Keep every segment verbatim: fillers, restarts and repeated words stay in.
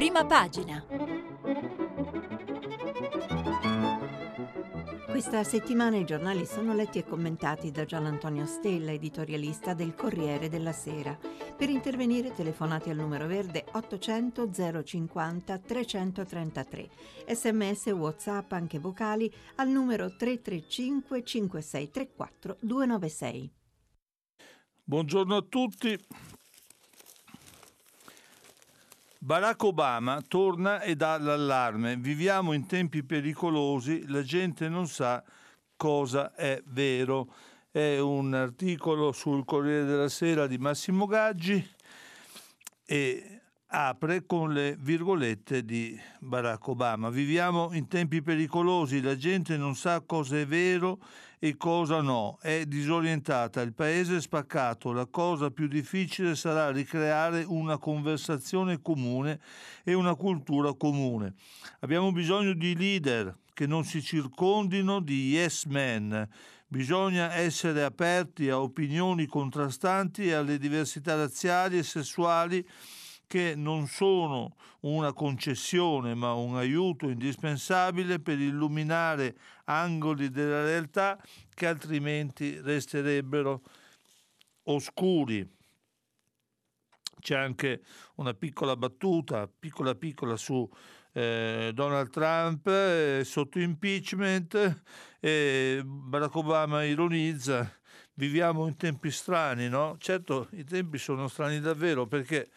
Prima pagina. Questa settimana i giornali sono letti e commentati da Gian Antonio Stella, editorialista del Corriere della Sera. Per intervenire telefonate al numero verde ottocento zero cinquanta trecentotrentatré. Sms e WhatsApp anche vocali al numero tre tre cinque cinque sei tre quattro due nove sei. Buongiorno a tutti. Barack Obama torna e dà l'allarme. Viviamo in tempi pericolosi, la gente non sa cosa è vero. È un articolo sul Corriere della Sera di Massimo Gaggi e apre con le virgolette di Barack Obama. Viviamo in tempi pericolosi, la gente non sa cosa è vero e cosa no, è disorientata, il paese è spaccato, la cosa più difficile sarà ricreare una conversazione comune e una cultura comune. Abbiamo bisogno di leader che non si circondino di yes men. Bisogna essere aperti a opinioni contrastanti e alle diversità razziali e sessuali che non sono una concessione ma un aiuto indispensabile per illuminare angoli della realtà che altrimenti resterebbero oscuri. C'è anche una piccola battuta, piccola piccola, su eh, Donald Trump eh, sotto impeachment, e Barack Obama ironizza: viviamo in tempi strani, no? Certo, i tempi sono strani davvero, perché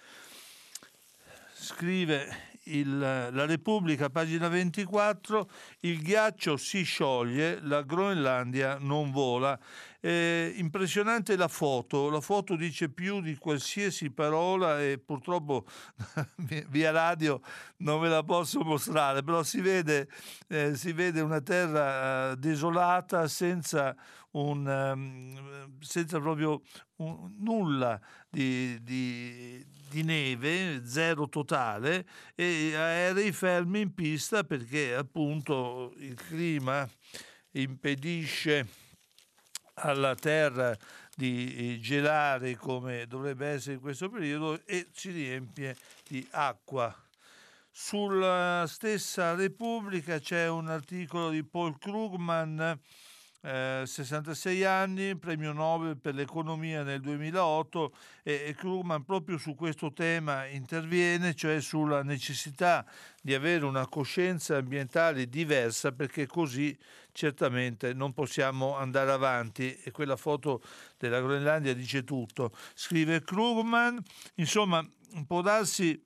scrive il, la Repubblica, pagina ventiquattro, il ghiaccio si scioglie, la Groenlandia non vola. Eh, impressionante la foto, la foto dice più di qualsiasi parola e purtroppo via radio non ve la posso mostrare, però si vede, eh, si vede una terra uh, desolata, senza un um, senza proprio un, nulla di, di, di neve, zero totale, e aerei fermi in pista perché appunto il clima impedisce alla terra di gelare come dovrebbe essere in questo periodo e ci riempie di acqua. Sulla stessa Repubblica c'è un articolo di Paul Krugman, eh, sessantasei anni, premio Nobel per l'economia nel duemilaotto, e, e Krugman proprio su questo tema interviene, cioè sulla necessità di avere una coscienza ambientale diversa, perché così certamente non possiamo andare avanti, e quella foto della Groenlandia dice tutto. Scrive Krugman, insomma, può darsi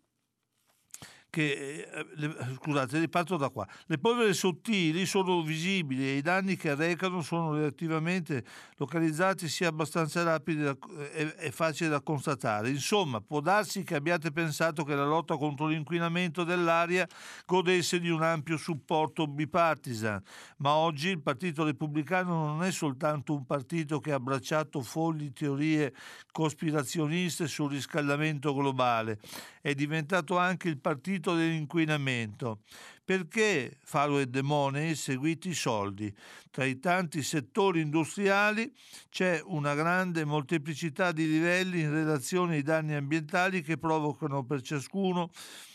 che, eh, le, scusate, riparto da qua. Le polveri sottili sono visibili e i danni che arrecano sono relativamente localizzati, sia abbastanza rapidi da, e, e facili da constatare. Insomma, può darsi che abbiate pensato che la lotta contro l'inquinamento dell'aria godesse di un ampio supporto bipartisan, ma oggi il Partito Repubblicano non è soltanto un partito che ha abbracciato folli teorie cospirazioniste sul riscaldamento globale, è diventato anche il partito dell'inquinamento. Perché, Faro e Demone, seguiti i soldi? Tra i tanti settori industriali c'è una grande molteplicità di livelli in relazione ai danni ambientali che provocano per ciascuno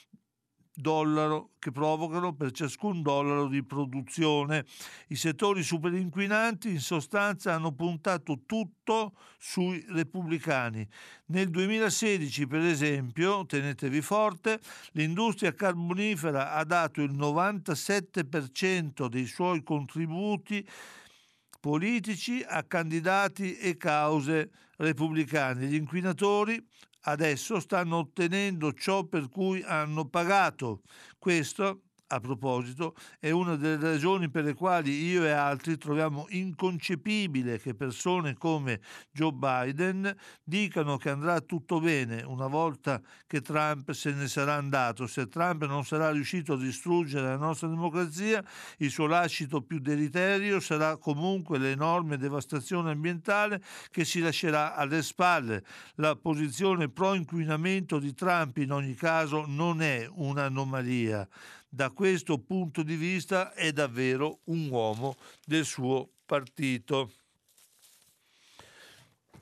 dollaro che provocano per ciascun dollaro di produzione. I settori super inquinanti in sostanza hanno puntato tutto sui repubblicani. Nel duemilasedici, per esempio, tenetevi forte, l'industria carbonifera ha dato il novantasette per cento dei suoi contributi politici a candidati e cause repubblicani. Gli inquinatori adesso stanno ottenendo ciò per cui hanno pagato. Questo, a proposito, è una delle ragioni per le quali io e altri troviamo inconcepibile che persone come Joe Biden dicano che andrà tutto bene una volta che Trump se ne sarà andato. Se Trump non sarà riuscito a distruggere la nostra democrazia, il suo lascito più deleterio sarà comunque l'enorme devastazione ambientale che si lascerà alle spalle. La posizione pro inquinamento di Trump in ogni caso non è un'anomalia. Da questo punto di vista è davvero un uomo del suo partito.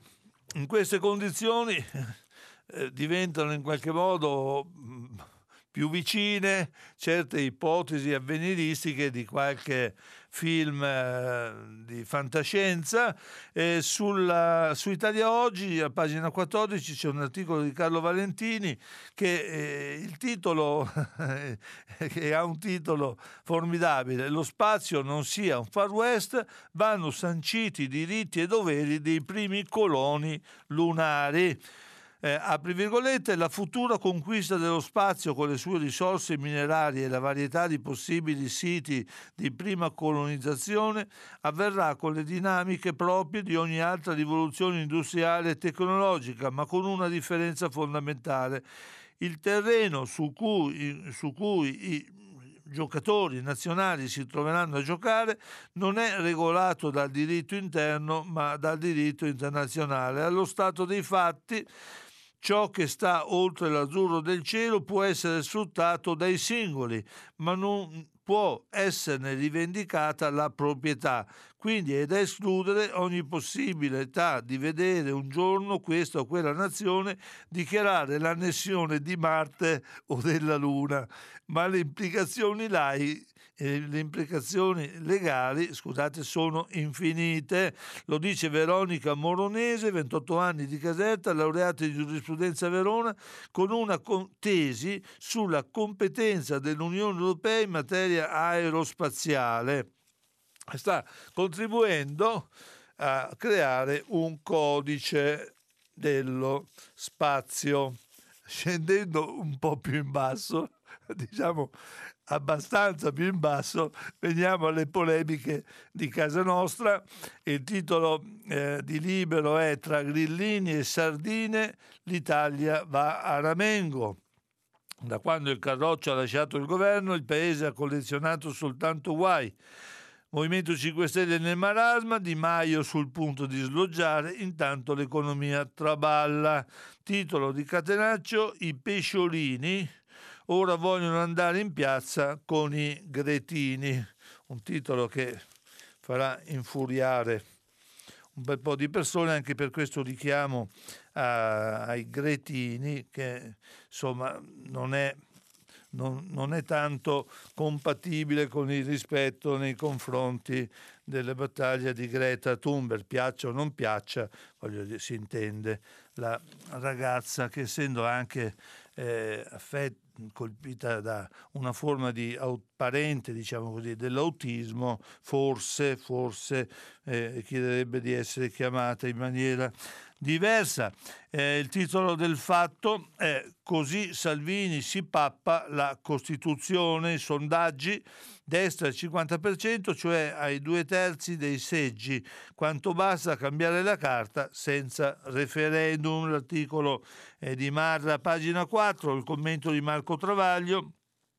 In queste condizioni eh, diventano in qualche modo mh, più vicine certe ipotesi avveniristiche di qualche film eh, di fantascienza. Eh, sulla, su Italia Oggi, a pagina quattordici, c'è un articolo di Carlo Valentini che eh, il titolo che ha un titolo formidabile: lo spazio non sia un Far West, vanno sanciti i diritti e doveri dei primi coloni lunari. Eh, apri virgolette, la futura conquista dello spazio con le sue risorse minerarie e la varietà di possibili siti di prima colonizzazione avverrà con le dinamiche proprie di ogni altra rivoluzione industriale e tecnologica, ma con una differenza fondamentale: il terreno su cui, su cui i giocatori nazionali si troveranno a giocare non è regolato dal diritto interno ma dal diritto internazionale. Allo stato dei fatti, ciò che sta oltre l'azzurro del cielo può essere sfruttato dai singoli, ma non può esserne rivendicata la proprietà. Quindi è da escludere ogni possibilità di vedere un giorno questa o quella nazione dichiarare l'annessione di Marte o della Luna. Ma le implicazioni lai eh, le implicazioni legali, scusate, sono infinite. Lo dice Veronica Moronese, ventotto anni di Caserta, laureata in giurisprudenza a Verona, con una tesi sulla competenza dell'Unione Europea in materia aerospaziale. Sta contribuendo a creare un codice dello spazio. Scendendo un po' più in basso, diciamo abbastanza più in basso, veniamo alle polemiche di casa nostra. Il titolo eh, di Libero è: tra grillini e sardine l'Italia va a ramengo. Da quando il Carroccio ha lasciato il governo, il paese ha collezionato soltanto guai. Movimento cinque Stelle nel marasma, Di Maio sul punto di sloggiare, intanto l'economia traballa. Titolo di Catenaccio: i pesciolini ora vogliono andare in piazza con i gretini. Un titolo che farà infuriare un bel po' di persone, anche per questo richiamo a, ai gretini, che insomma non è, non, non è tanto compatibile con il rispetto nei confronti delle battaglie di Greta Thunberg. Piaccia o non piaccia, voglio dire, si intende la ragazza che, essendo anche eh, affetta, colpita da una forma di parente, diciamo così, dell'autismo, forse, forse eh, chiederebbe di essere chiamata in maniera diversa. Eh, il titolo del Fatto è: così Salvini si pappa la Costituzione. I sondaggi: destra il cinquanta per cento, cioè ai due terzi dei seggi, quanto basta cambiare la carta senza referendum. L'articolo è di Marra, pagina quattro, il commento di Marco Travaglio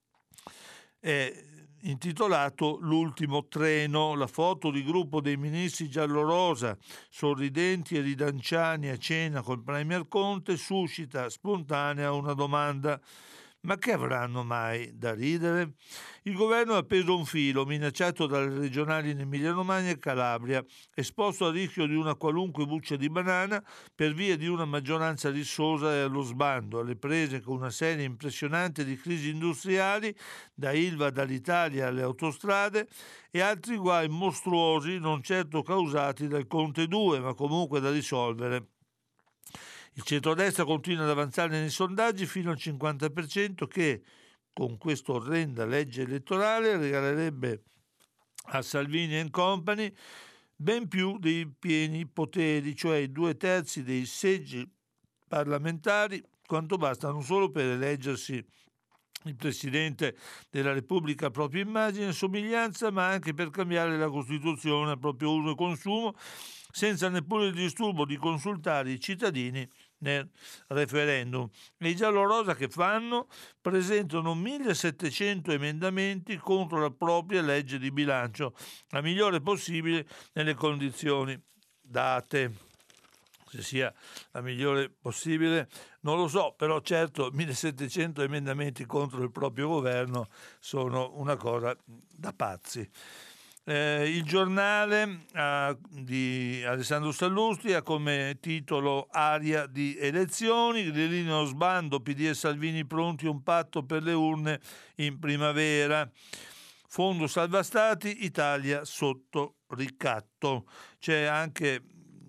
è intitolato L'ultimo treno. La foto di gruppo dei ministri giallorosa, sorridenti e ridanciani a cena col Premier Conte, suscita spontanea una domanda: ma che avranno mai da ridere? Il governo ha appeso un filo, minacciato dalle regionali in Emilia-Romagna e Calabria, esposto al rischio di una qualunque buccia di banana per via di una maggioranza rissosa e allo sbando, alle prese con una serie impressionante di crisi industriali, da Ilva, dall'Italia alle autostrade, e altri guai mostruosi non certo causati dal Conte due, ma comunque da risolvere. Il centrodestra continua ad avanzare nei sondaggi fino al cinquanta per cento, che con questa orrenda legge elettorale regalerebbe a Salvini and Company ben più dei pieni poteri, cioè i due terzi dei seggi parlamentari, quanto basta non solo per eleggersi il Presidente della Repubblica a propria immagine e somiglianza, ma anche per cambiare la Costituzione a proprio uso e consumo, senza neppure il disturbo di consultare i cittadini nel referendum. E i giallorosa che fanno? Presentano millesettecento emendamenti contro la propria legge di bilancio, la migliore possibile nelle condizioni date. Se sia la migliore possibile non lo so, però certo millesettecento emendamenti contro il proprio governo sono una cosa da pazzi. Eh, il giornale eh, di Alessandro Sallusti ha come titolo Aria di elezioni, Grillino sbando, P D e Salvini pronti un patto per le urne in primavera. Fondo salva stati, Italia sotto ricatto. C'è anche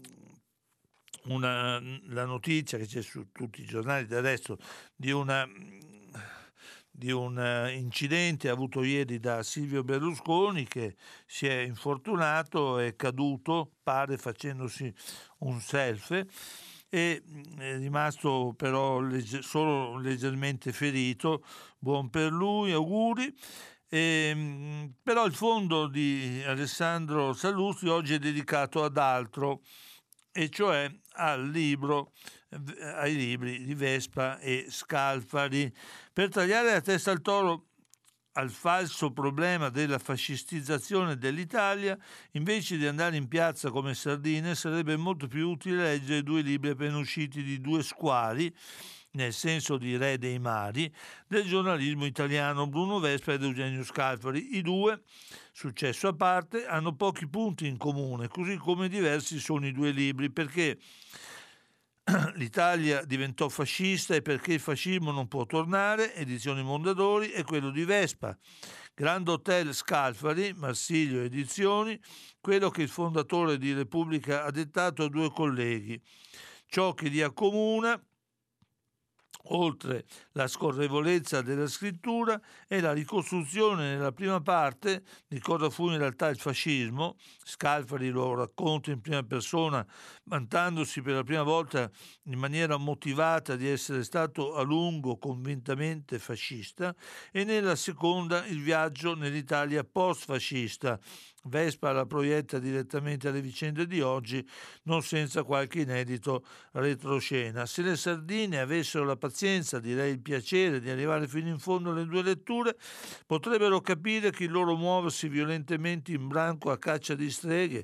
una, la notizia che c'è su tutti i giornali del resto di una di un incidente avuto ieri da Silvio Berlusconi, che si è infortunato, è caduto, pare facendosi un selfie, e è rimasto però legge, solo leggermente ferito. Buon per lui, auguri. E, però il fondo di Alessandro Sallusti oggi è dedicato ad altro, e cioè al libro, ai libri di Vespa e Scalfari, per tagliare la testa al toro al falso problema della fascistizzazione dell'Italia. Invece di andare in piazza come sardine, sarebbe molto più utile leggere due libri appena usciti di due squali, nel senso di re dei mari, del giornalismo italiano, Bruno Vespa ed Eugenio Scalfari. I due, successo a parte, hanno pochi punti in comune, così come diversi sono i due libri, perché l'Italia diventò fascista e perché il fascismo non può tornare, edizioni Mondadori, e quello di Vespa. Grand Hotel Scalfari, Marsilio Edizioni, quello che il fondatore di Repubblica ha dettato a due colleghi. Ciò che li accomuna, oltre la scorrevolezza della scrittura, è la ricostruzione nella prima parte di cosa fu in realtà il fascismo. Scalfari lo racconta in prima persona, vantandosi per la prima volta in maniera motivata di essere stato a lungo convintamente fascista, e nella seconda il viaggio nell'Italia post-fascista. Vespa la proietta direttamente alle vicende di oggi, non senza qualche inedito retroscena. Se le sardine avessero la pazienza, direi il piacere, di arrivare fino in fondo alle due letture, potrebbero capire che il loro muoversi violentemente in branco a caccia di streghe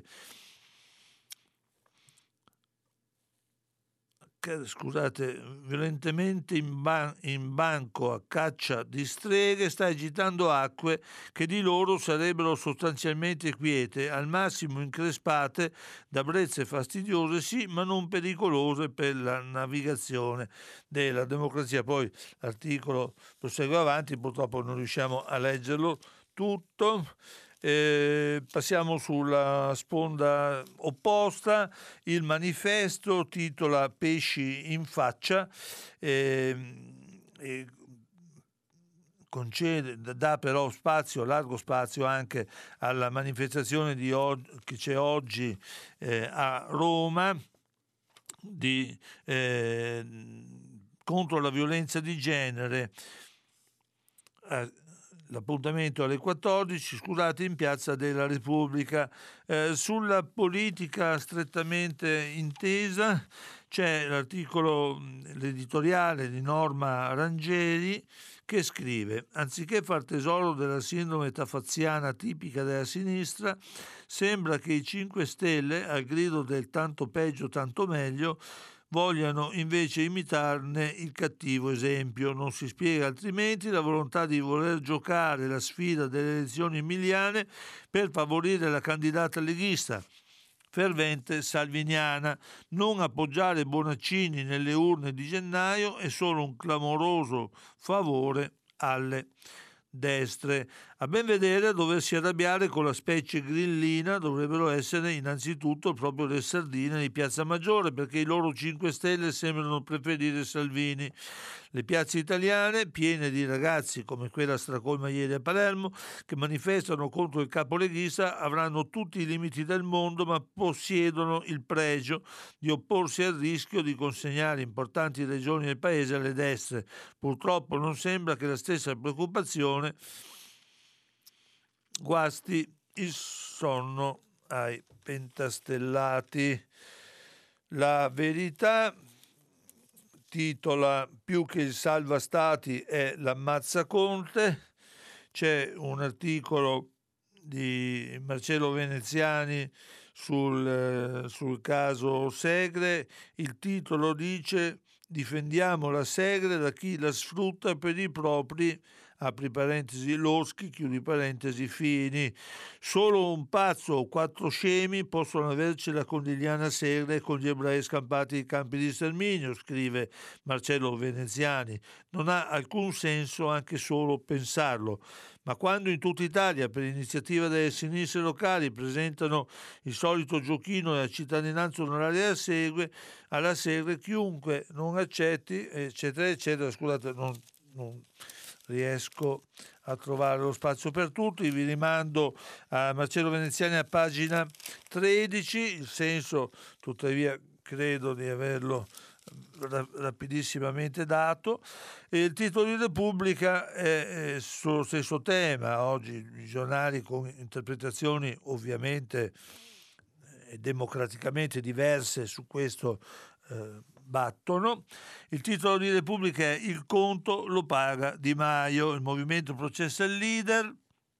scusate, violentemente in, ban- in banco a caccia di streghe sta agitando acque che di loro sarebbero sostanzialmente quiete, al massimo increspate da brezze fastidiose, sì, ma non pericolose per la navigazione della democrazia. Poi l'articolo prosegue avanti, purtroppo non riusciamo a leggerlo tutto. Eh, passiamo sulla sponda opposta. Il manifesto titola Pesci in faccia, eh, eh, concede, dà però spazio, largo spazio anche alla manifestazione di oggi, che c'è oggi eh, a Roma, di, eh, contro la violenza di genere. Eh, L'appuntamento alle quattordici, scusate, in Piazza della Repubblica. Eh, sulla politica strettamente intesa c'è l'articolo, l'editoriale di Norma Rangeri, che scrive: anziché far tesoro della sindrome tafaziana tipica della sinistra, sembra che i cinque Stelle, al grido del tanto peggio tanto meglio, vogliano invece imitarne il cattivo esempio. Non si spiega altrimenti la volontà di voler giocare la sfida delle elezioni emiliane per favorire la candidata leghista fervente salviniana. Non appoggiare Bonaccini nelle urne di gennaio è solo un clamoroso favore alle destre. A ben vedere, a doversi arrabbiare con la specie grillina dovrebbero essere innanzitutto proprio le sardine di Piazza Maggiore, perché i loro cinque Stelle sembrano preferire Salvini. Le piazze italiane, piene di ragazzi come quella stracolma ieri a Palermo, che manifestano contro il capo leghista, avranno tutti i limiti del mondo, ma possiedono il pregio di opporsi al rischio di consegnare importanti regioni del paese alle destre. Purtroppo non sembra che la stessa preoccupazione guasti il sonno ai pentastellati. La Verità titola: più che il salva stati è l'ammazza Conte. C'è un articolo di Marcello Veneziani sul, sul caso Segre. Il titolo dice: difendiamo la Segre da chi la sfrutta per i propri apri parentesi Loschi, chiudi parentesi Fini. Solo un pazzo o quattro scemi possono averci la Condigliana Segre con gli ebrei scampati ai campi di sterminio, scrive Marcello Veneziani. Non ha alcun senso anche solo pensarlo. Ma quando in tutta Italia, per iniziativa delle sinistre locali, presentano il solito giochino della cittadinanza onoraria alla Segre, alla Segre chiunque non accetti, eccetera, eccetera, scusate, non, non riesco a trovare lo spazio per tutti, vi rimando a Marcello Veneziani a pagina tredici, il senso tuttavia credo di averlo rapidissimamente dato. E il titolo di Repubblica è, è sullo stesso tema. Oggi i giornali con interpretazioni ovviamente e democraticamente diverse su questo eh, battono. Il titolo di Repubblica è "Il conto lo paga Di Maio, il movimento processa il leader".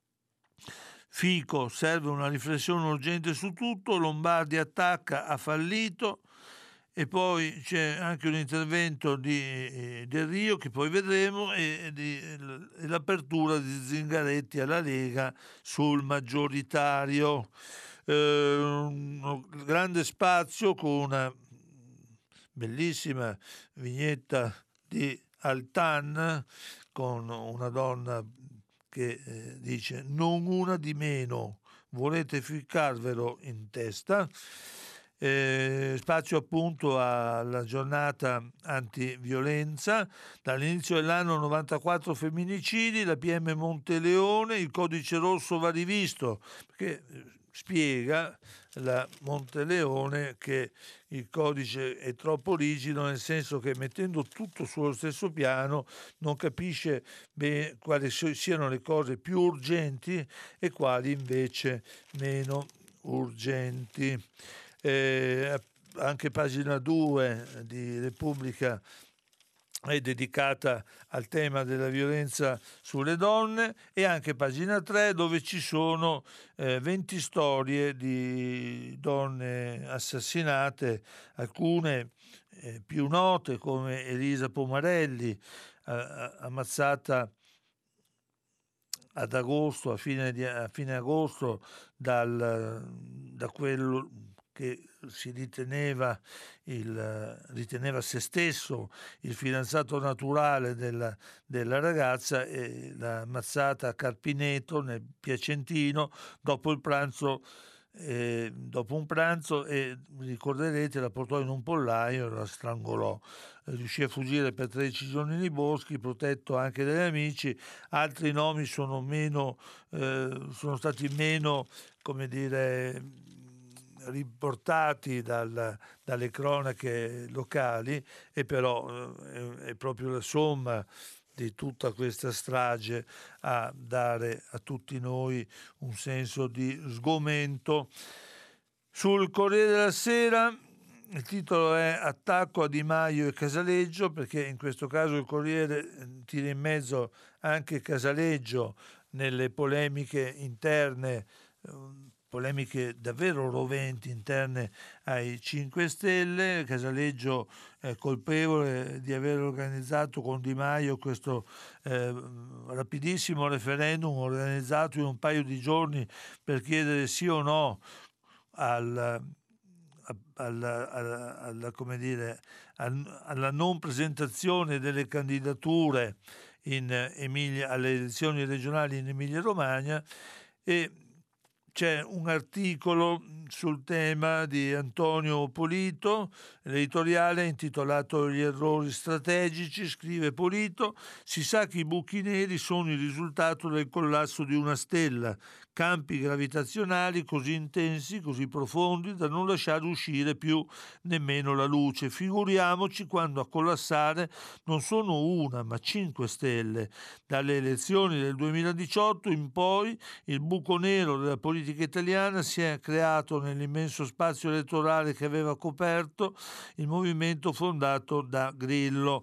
Fico, serve una riflessione urgente su tutto, Lombardi attacca, ha fallito. E poi c'è anche un intervento di eh, Del Rio che poi vedremo e, di, e l'apertura di Zingaretti alla Lega sul maggioritario. Eh, un grande spazio con una bellissima vignetta di Altan con una donna che eh, dice "non una di meno, volete ficcarvelo in testa". Eh, spazio appunto alla giornata antiviolenza. Dall'inizio dell'anno novantaquattro femminicidi, la P M Monteleone, il codice rosso va rivisto, perché spiega la Monteleone che il codice è troppo rigido, nel senso che mettendo tutto sullo stesso piano non capisce bene quali siano le cose più urgenti e quali invece meno urgenti. Eh, anche pagina due di Repubblica è dedicata al tema della violenza sulle donne, e anche pagina tre dove ci sono eh, venti storie di donne assassinate, alcune eh, più note come Elisa Pomarelli, eh, ammazzata ad agosto, a fine, di, a fine agosto, dal, da quello che si riteneva, il, riteneva se stesso il fidanzato naturale della, della ragazza, e l'ha ammazzata a Carpineto nel Piacentino dopo il pranzo. Eh, dopo un pranzo, e ricorderete, la portò in un pollaio e la strangolò. Eh, riuscì a fuggire per tredici giorni nei boschi, protetto anche dagli amici. Altri nomi sono meno eh, sono stati meno, come dire, riportati dal, dalle cronache locali, e però eh, è proprio la somma di tutta questa strage a dare a tutti noi un senso di sgomento. Sul Corriere della Sera il titolo è "Attacco a Di Maio e Casaleggio", perché in questo caso il Corriere tira in mezzo anche Casaleggio nelle polemiche interne, polemiche davvero roventi interne ai cinque Stelle. Casaleggio è colpevole di aver organizzato con Di Maio questo eh, rapidissimo referendum organizzato in un paio di giorni per chiedere sì o no al, alla, alla, alla, come dire, alla non presentazione delle candidature in Emilia, alle elezioni regionali in Emilia-Romagna. E c'è un articolo sul tema di Antonio Polito, l'editoriale intitolato "Gli errori strategici", scrive Polito: "Si sa che i buchi neri sono il risultato del collasso di una stella, campi gravitazionali così intensi, così profondi da non lasciare uscire più nemmeno la luce. Figuriamoci quando a collassare non sono una ma cinque stelle. Dalle elezioni del duemiladiciotto in poi il buco nero della politica italiana si è creato nell'immenso spazio elettorale che aveva coperto il movimento fondato da Grillo".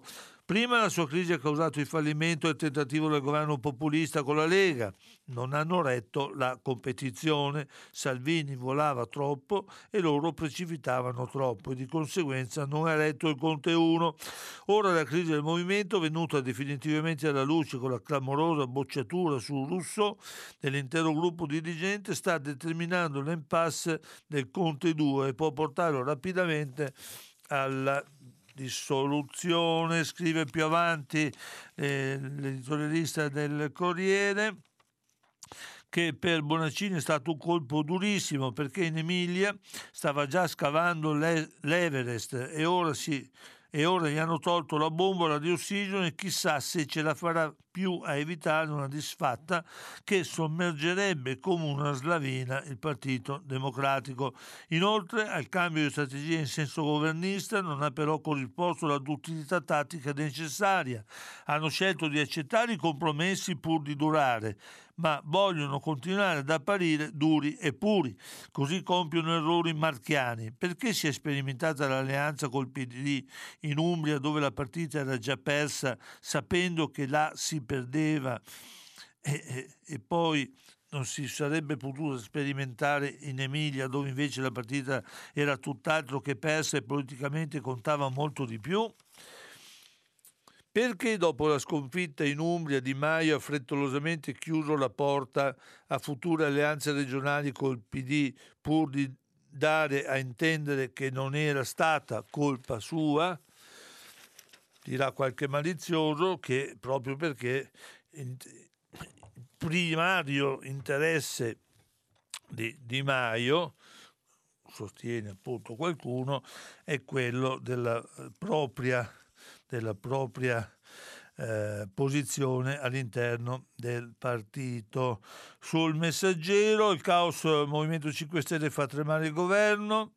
Prima la sua crisi ha causato il fallimento e il tentativo del governo populista con la Lega. Non hanno retto la competizione, Salvini volava troppo e loro precipitavano troppo e di conseguenza non ha retto il Conte uno. Ora la crisi del movimento, venuta definitivamente alla luce con la clamorosa bocciatura su Rousseau dell'intero gruppo dirigente, sta determinando l'impasse del Conte due e può portarlo rapidamente alla dissoluzione. Scrive più avanti eh, l'editorialista del Corriere che per Bonaccini è stato un colpo durissimo perché in Emilia stava già scavando l'e- l'Everest e ora, si, e ora gli hanno tolto la bombola di ossigeno e chissà se ce la farà più a evitare una disfatta che sommergerebbe come una slavina il Partito Democratico. Inoltre al cambio di strategia in senso governista non ha però corrisposto la duttilità tattica necessaria. Hanno scelto di accettare i compromessi pur di durare, ma vogliono continuare ad apparire duri e puri, così compiono errori marchiani. Perché si è sperimentata l'alleanza col P D I in Umbria dove la partita era già persa, sapendo che là si perdeva e, e, e poi non si sarebbe potuto sperimentare in Emilia dove invece la partita era tutt'altro che persa e politicamente contava molto di più? Perché dopo la sconfitta in Umbria Di Maio ha frettolosamente chiuso la porta a future alleanze regionali col P D pur di dare a intendere che non era stata colpa sua? Dirà qualche malizioso che proprio perché il primario interesse di Di Maio, sostiene appunto qualcuno, è quello della propria della propria eh, posizione all'interno del partito. Sul Messaggero, il caos Movimento cinque Stelle fa tremare il governo,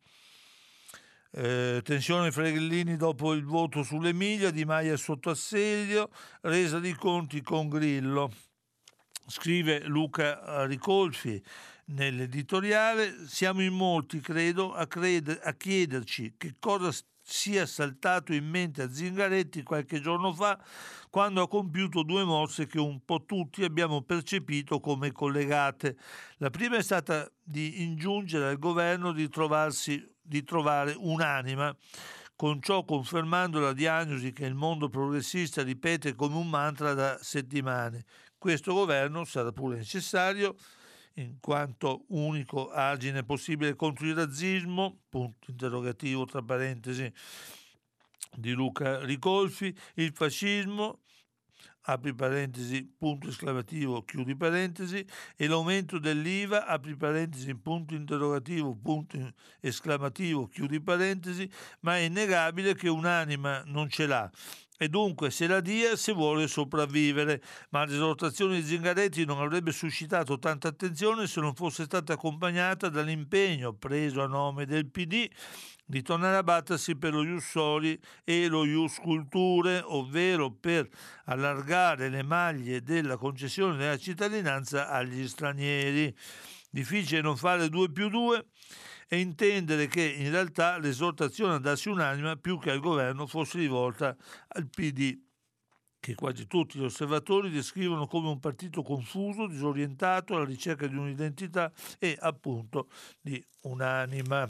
eh, tensione fra i grillini dopo il voto sull'Emilia, Di Maio è sotto assedio, resa di conti con Grillo. Scrive Luca Ricolfi nell'editoriale: siamo in molti, credo, a, creder- a chiederci che cosa sia saltato in mente a Zingaretti qualche giorno fa quando ha compiuto due mosse che un po' tutti abbiamo percepito come collegate. La prima è stata di ingiungere al governo di, trovarsi, di trovare un'anima, con ciò confermando la diagnosi che il mondo progressista ripete come un mantra da settimane. Questo governo sarà pure necessario in quanto unico argine possibile contro il razzismo, punto interrogativo tra parentesi di Luca Ricolfi, il fascismo, apri parentesi, punto esclamativo, chiudi parentesi, e l'aumento dell'I V A, apri parentesi, punto interrogativo, punto esclamativo, chiudi parentesi, ma è innegabile che un'anima non ce l'ha e dunque se la dia se vuole sopravvivere, ma l'esortazione di Zingaretti non avrebbe suscitato tanta attenzione se non fosse stata accompagnata dall'impegno preso a nome del P D di tornare a battersi per lo ius soli e lo ius culture, ovvero per allargare le maglie della concessione della cittadinanza agli stranieri. Difficile non fare due più due e intendere che in realtà l'esortazione a darsi un'anima più che al governo fosse rivolta al P D, che quasi tutti gli osservatori descrivono come un partito confuso, disorientato, alla ricerca di un'identità e appunto di un'anima.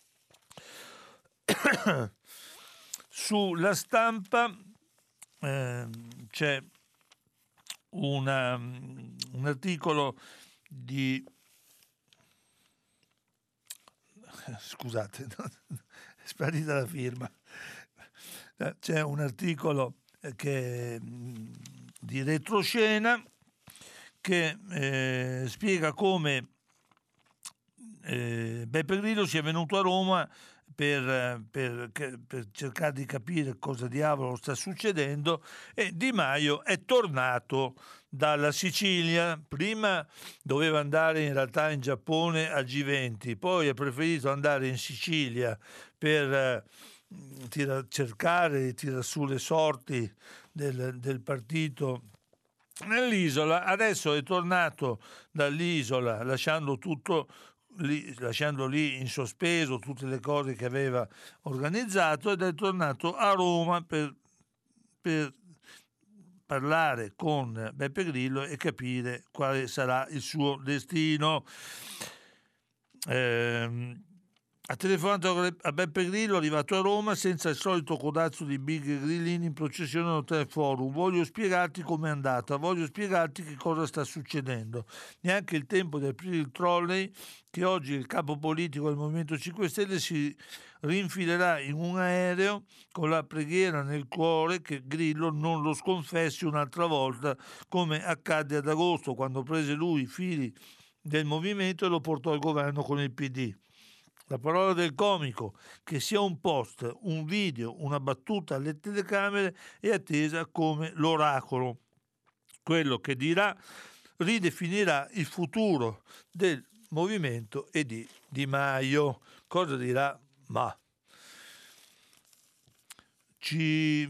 Sulla Stampa eh, c'è una, un articolo di scusate, è sparita la firma. C'è un articolo che, di retroscena che eh, spiega come eh, Beppe Grillo sia venuto a Roma per, per, per cercare di capire cosa diavolo sta succedendo e Di Maio è tornato dalla Sicilia. Prima doveva andare in realtà in Giappone al G venti, poi ha preferito andare in Sicilia per eh, tira, cercare di tirare su le sorti del, del partito nell'isola. Adesso è tornato dall'isola lasciando tutto Lì, lasciando lì in sospeso tutte le cose che aveva organizzato ed è tornato a Roma per per parlare con Beppe Grillo e capire quale sarà il suo destino. Eh, ha telefonato a Beppe Grillo, arrivato a Roma senza il solito codazzo di big grillini in processione all'Hotel Forum. Voglio spiegarti com'è andata, voglio spiegarti che cosa sta succedendo. Neanche il tempo di aprire il trolley che oggi il capo politico del Movimento cinque Stelle si rinfilerà in un aereo con la preghiera nel cuore che Grillo non lo sconfessi un'altra volta, come accadde ad agosto quando prese lui i fili del movimento e lo portò al governo con il P D. La parola del comico, che sia un post, un video, una battuta alle telecamere, è attesa come l'oracolo. Quello che dirà ridefinirà il futuro del movimento e di Di Maio. Cosa dirà? Ma ci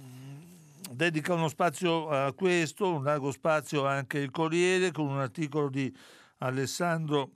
dedica uno spazio a questo, un largo spazio anche il Corriere, con un articolo di Alessandro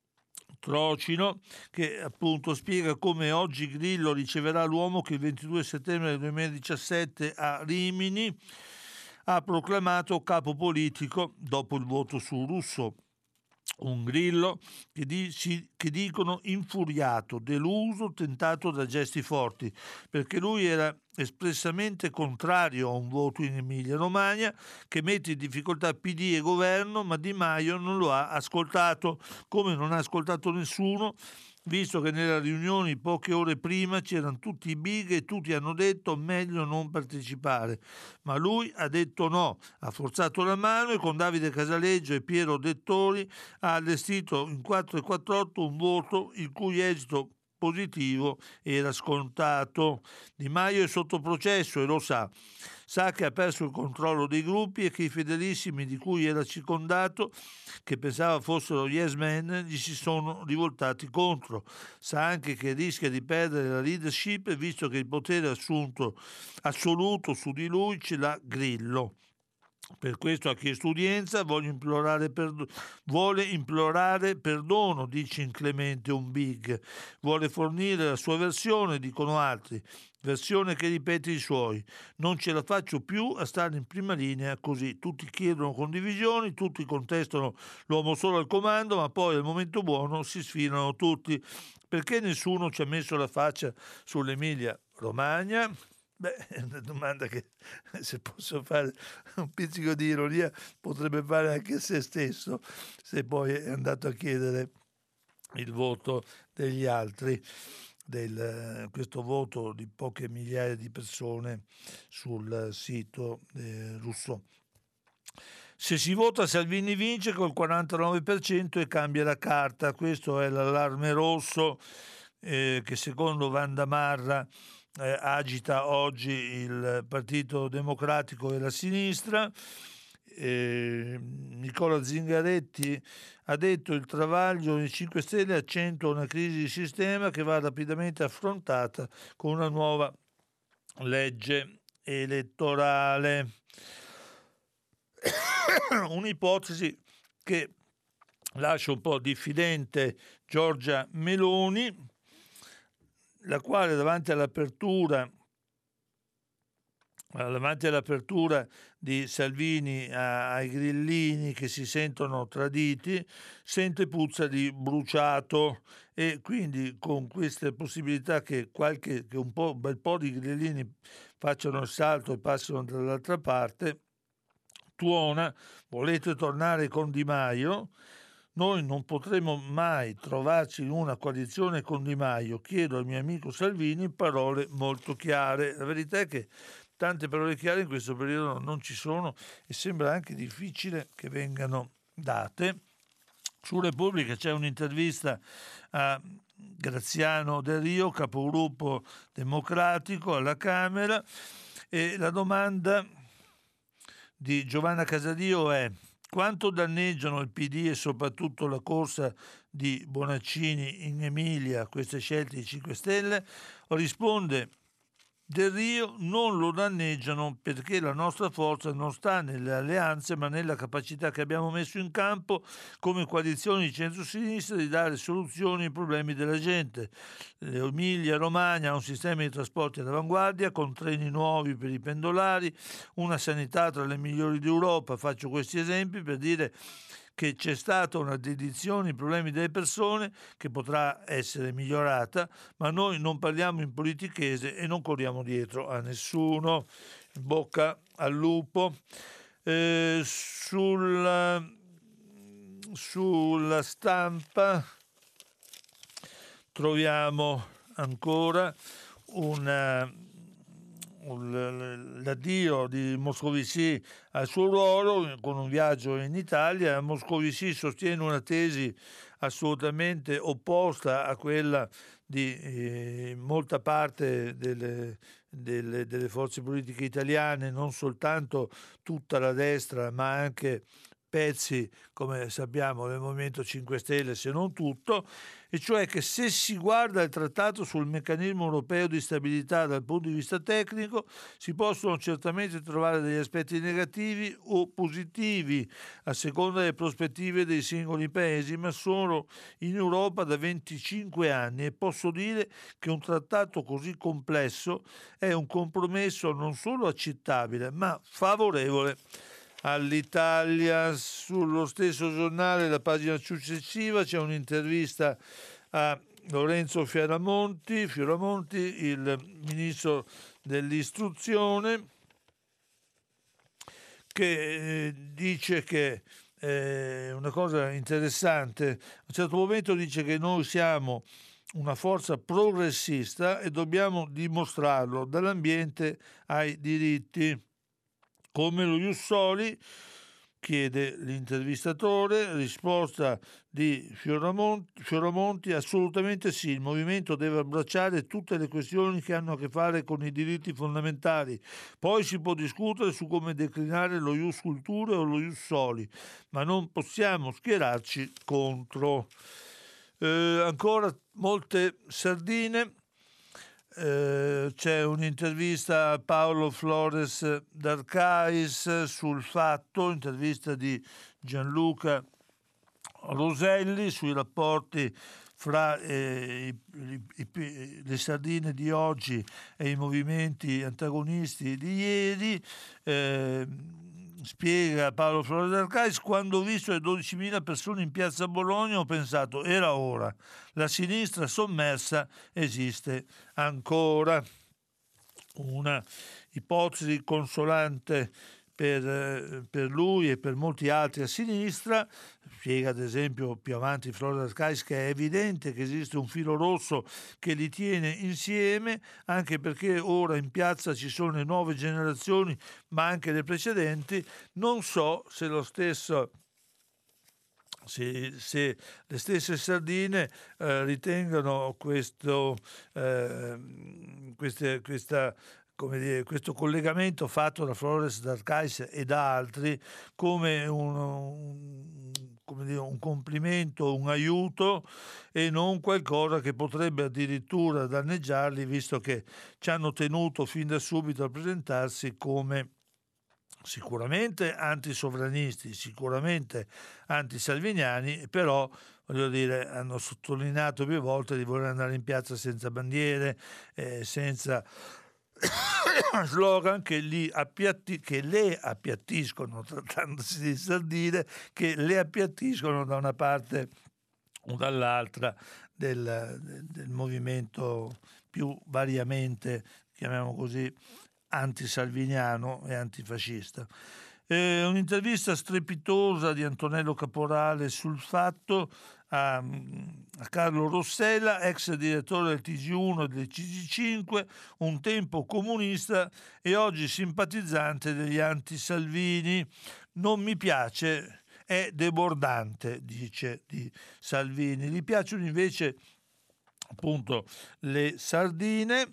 Trocino che appunto spiega come oggi Grillo riceverà l'uomo che il ventidue settembre del duemiladiciassette a Rimini ha proclamato capo politico dopo il voto su Russo. Un Grillo che, di, si, che dicono infuriato, deluso, tentato da gesti forti, perché lui era espressamente contrario a un voto in Emilia-Romagna che mette in difficoltà P D e governo, ma Di Maio non lo ha ascoltato, come non ha ascoltato nessuno, visto che nella riunione poche ore prima c'erano tutti i big e tutti hanno detto meglio non partecipare, ma lui ha detto no, ha forzato la mano e con Davide Casaleggio e Piero Dettori ha allestito in quattro e quarantotto un voto il cui esito positivo era scontato. Di Maio è sotto processo e lo sa. Sa che ha perso il controllo dei gruppi e che i fedelissimi di cui era circondato, che pensava fossero yes men, gli si sono rivoltati contro. Sa anche che rischia di perdere la leadership visto che il potere assunto assoluto su di lui ce l'ha Grillo. Per questo ha chiesto udienza, vuole implorare, perdo- vuole implorare perdono, dice inclemente un big. Vuole fornire la sua versione, dicono altri, versione che ripete i suoi. Non ce la faccio più a stare in prima linea così. Tutti chiedono condivisioni, tutti contestano l'uomo solo al comando, ma poi al momento buono si sfilano tutti. Perché nessuno ci ha messo la faccia sull'Emilia Romagna? Beh, è una domanda che, se posso fare un pizzico di ironia, potrebbe fare anche se stesso, se poi è andato a chiedere il voto degli altri, del, questo voto di poche migliaia di persone sul sito eh, Rousseau. Se si vota Salvini vince col quarantanove per cento e cambia la carta, questo è l'allarme rosso eh, che secondo Vanda Marra Eh, agita oggi il Partito Democratico e la sinistra. Eh, Nicola Zingaretti ha detto il travaglio dei cinque Stelle accentua una crisi di sistema che va rapidamente affrontata con una nuova legge elettorale. Un'ipotesi che lascia un po' diffidente Giorgia Meloni, la quale davanti all'apertura davanti all'apertura di Salvini ai grillini che si sentono traditi, sente puzza di bruciato e quindi con queste possibilità che qualche che un po', un bel po' di grillini facciano il salto e passino dall'altra parte, tuona, volete tornare con Di Maio? Noi non potremo mai trovarci in una coalizione con Di Maio. Chiedo al mio amico Salvini parole molto chiare. La verità è che tante parole chiare in questo periodo non ci sono e sembra anche difficile che vengano date. Su Repubblica c'è un'intervista a Graziano Del Rio, capogruppo democratico alla Camera, e la domanda di Giovanna Casadio è: quanto danneggiano il P D e soprattutto la corsa di Bonaccini in Emilia queste scelte di cinque Stelle? Risponde del Rio non lo danneggiano, perché la nostra forza non sta nelle alleanze ma nella capacità che abbiamo messo in campo come coalizione di centro-sinistra di dare soluzioni ai problemi della gente. L'Emilia-Romagna ha un sistema di trasporti all'avanguardia con treni nuovi per i pendolari, una sanità tra le migliori d'Europa. Faccio questi esempi per dire che c'è stata una dedizione ai problemi delle persone che potrà essere migliorata, ma noi non parliamo in politichese e non corriamo dietro a nessuno. In bocca al lupo. Eh, sulla, sulla stampa troviamo ancora una l'addio di Moscovici al suo ruolo con un viaggio in Italia. Moscovici sostiene una tesi assolutamente opposta a quella di eh, molta parte delle, delle, delle forze politiche italiane, non soltanto tutta la destra ma anche pezzi, come sappiamo, del Movimento cinque Stelle, se non tutto, e cioè che se si guarda il trattato sul meccanismo europeo di stabilità dal punto di vista tecnico si possono certamente trovare degli aspetti negativi o positivi a seconda delle prospettive dei singoli paesi, ma sono in Europa da venticinque anni e posso dire che un trattato così complesso è un compromesso non solo accettabile ma favorevole all'Italia. Sullo stesso giornale, la pagina successiva, c'è un'intervista a Lorenzo Fioramonti, Fioramonti, il ministro dell'istruzione, che eh, dice che eh, una cosa interessante, a un certo momento dice che noi siamo una forza progressista e dobbiamo dimostrarlo dall'ambiente ai diritti. Come lo Ius Soli, chiede l'intervistatore, risposta di Fioramonti, Fioramonti, assolutamente sì, il movimento deve abbracciare tutte le questioni che hanno a che fare con i diritti fondamentali, poi si può discutere su come declinare lo Ius Culturae o lo Ius Soli, ma non possiamo schierarci contro. Eh, ancora molte sardine. Eh, c'è un'intervista a Paolo Flores d'Arcais sul Fatto, intervista di Gianluca Roselli sui rapporti fra eh, i, i, le sardine di oggi e i movimenti antagonisti di ieri. Eh, spiega Paolo Flores d'Arcais: quando ho visto le dodicimila persone in piazza Bologna ho pensato era ora, la sinistra sommersa esiste ancora. Una ipotesi consolante per, per lui e per molti altri a sinistra. Spiega ad esempio più avanti Flores d'Arcais che è evidente che esiste un filo rosso che li tiene insieme, anche perché ora in piazza ci sono le nuove generazioni ma anche le precedenti. Non so se lo stesso Se, se le stesse sardine eh, ritengano questo, eh, queste, questa, come dire, questo collegamento fatto da Flores d'Arcais e da altri come un, un, come dire, un complimento, un aiuto e non qualcosa che potrebbe addirittura danneggiarli, visto che ci hanno tenuto fin da subito a presentarsi come sicuramente antisovranisti, sicuramente antisalviniani, però voglio dire, hanno sottolineato più volte di voler andare in piazza senza bandiere, eh, senza slogan che, li appiatti, che le appiattiscono, trattandosi di sardine, che le appiattiscono da una parte o dall'altra del, del movimento più variamente, chiamiamo così, antisalviniano e antifascista. Eh, un'intervista strepitosa di Antonello Caporale sul Fatto a, a Carlo Rossella, ex direttore del T G uno e del C G cinque, un tempo comunista e oggi simpatizzante degli antisalvini. Non mi piace, è debordante, dice di Salvini. Gli piacciono invece appunto le sardine.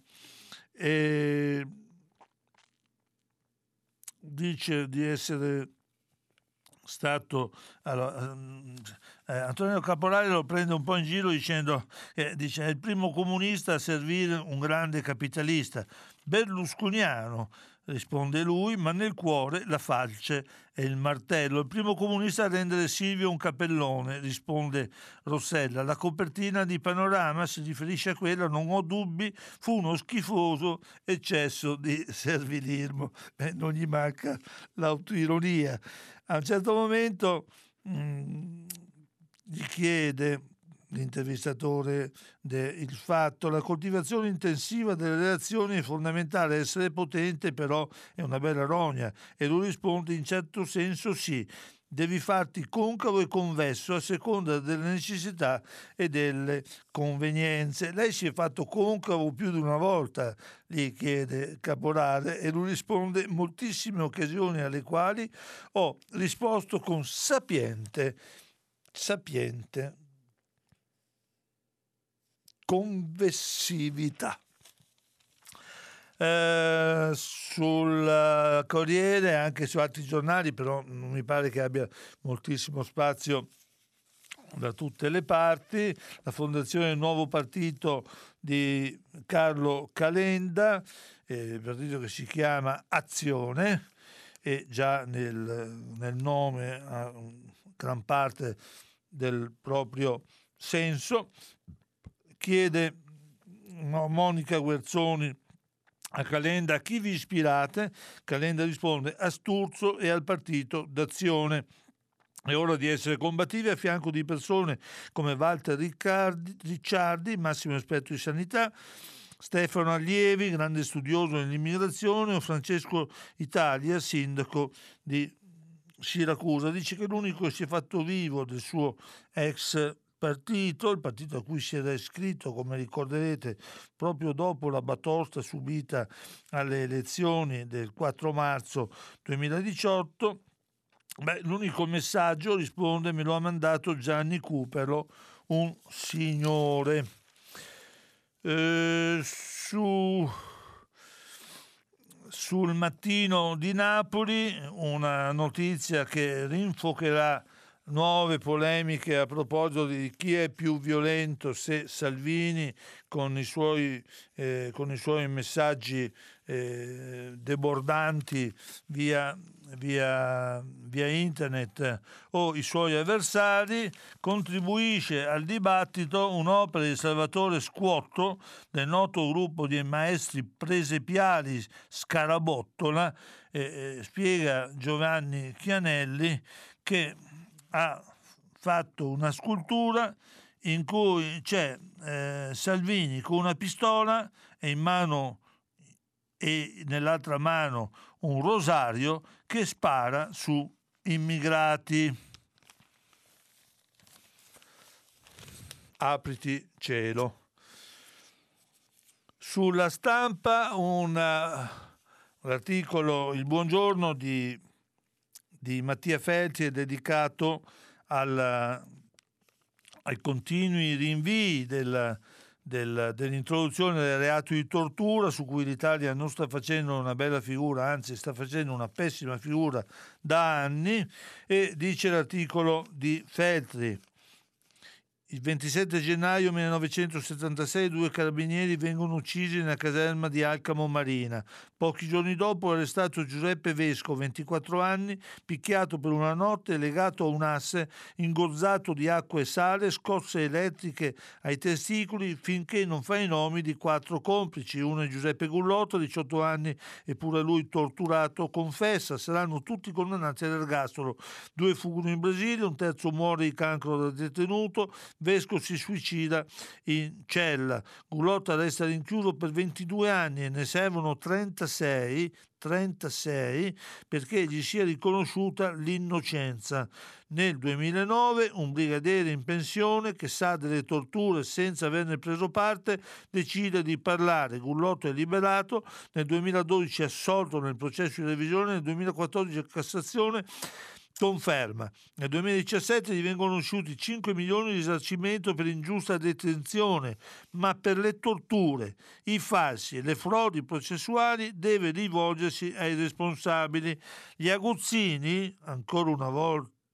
E dice di essere stato allora, eh, Antonio Caporale lo prende un po' in giro dicendo eh, dice, è il primo comunista a servire un grande capitalista berlusconiano, risponde lui, ma nel cuore la falce e il martello. Il primo comunista a rendere Silvio un capellone, risponde Rossella. La copertina di Panorama si riferisce a quella, non ho dubbi, fu uno schifoso eccesso di servilismo. Beh, non gli manca l'autoironia. A un certo momento mh, gli chiede l'intervistatore de, il fatto, la coltivazione intensiva delle relazioni è fondamentale, essere potente però è una bella rogna, e lui risponde in certo senso sì, devi farti concavo e convesso a seconda delle necessità e delle convenienze. Lei si è fatto concavo più di una volta, gli chiede Caporale, e lui risponde moltissime occasioni alle quali ho risposto con sapiente sapiente convessività. Eh, sul Corriere, anche su altri giornali, però non mi pare che abbia moltissimo spazio da tutte le parti, la fondazione del nuovo partito di Carlo Calenda, eh, il partito che si chiama Azione, e già nel, nel nome ha gran parte del proprio senso. Chiede no, Monica Guerzoni a Calenda: a chi vi ispirate? Calenda risponde: a Sturzo e al partito d'Azione. È ora di essere combattivi a fianco di persone come Walter Riccardi, Ricciardi, massimo esperto di sanità, Stefano Allievi, grande studioso dell'immigrazione, o Francesco Italia, sindaco di Siracusa. Dice che l'unico che si è fatto vivo del suo ex partito, il partito a cui si era iscritto, come ricorderete, proprio dopo la batosta subita alle elezioni del quattro marzo duemiladiciotto, beh, l'unico messaggio, risponde, me lo ha mandato Gianni Cupero, un signore. Eh, su... Sul Mattino di Napoli una notizia che rinfocherà nuove polemiche a proposito di chi è più violento, se Salvini con i suoi, eh, con i suoi messaggi eh, debordanti via, via, via internet, o i suoi avversari. Contribuisce al dibattito un'opera di Salvatore Squotto del noto gruppo di maestri presepiali Scarabottola, eh, eh, spiega Giovanni Chianelli, che ha fatto una scultura in cui c'è eh, Salvini con una pistola e in mano e nell'altra mano un rosario che spara su immigrati. Apriti cielo. Sulla Stampa un, un articolo, il buongiorno di di Mattia Feltri, è dedicato al, ai continui rinvii del, del, dell'introduzione del reato di tortura, su cui l'Italia non sta facendo una bella figura, anzi sta facendo una pessima figura da anni. E dice l'articolo di Feltri: il ventisette gennaio millenovecentosettantasei due carabinieri vengono uccisi nella caserma di Alcamo Marina. Pochi giorni dopo è arrestato Giuseppe Vesco, ventiquattro anni, picchiato per una notte, legato a un asse, ingozzato di acqua e sale, scosse elettriche ai testicoli, finché non fa i nomi di quattro complici. Uno è Giuseppe Gullotto, diciotto anni, eppure lui torturato, confessa. Saranno tutti condannati all'ergastolo. Due fuggono in Brasile, un terzo muore di cancro da detenuto. Vesco si suicida in cella. Gullotta resta rinchiuso per ventidue anni e ne servono trentasei, trentasei perché gli sia riconosciuta l'innocenza. Nel duemilanove un brigadiere in pensione che sa delle torture senza averne preso parte decide di parlare. Gullotto è liberato, nel duemiladodici è assolto nel processo di revisione, nel duemilaquattordici a Cassazione conferma. Nel duemiladiciassette gli vengono conosciuti cinque milioni di risarcimento per ingiusta detenzione, ma per le torture, i falsi e le frodi processuali deve rivolgersi ai responsabili. Gli aguzzini, ancora una volta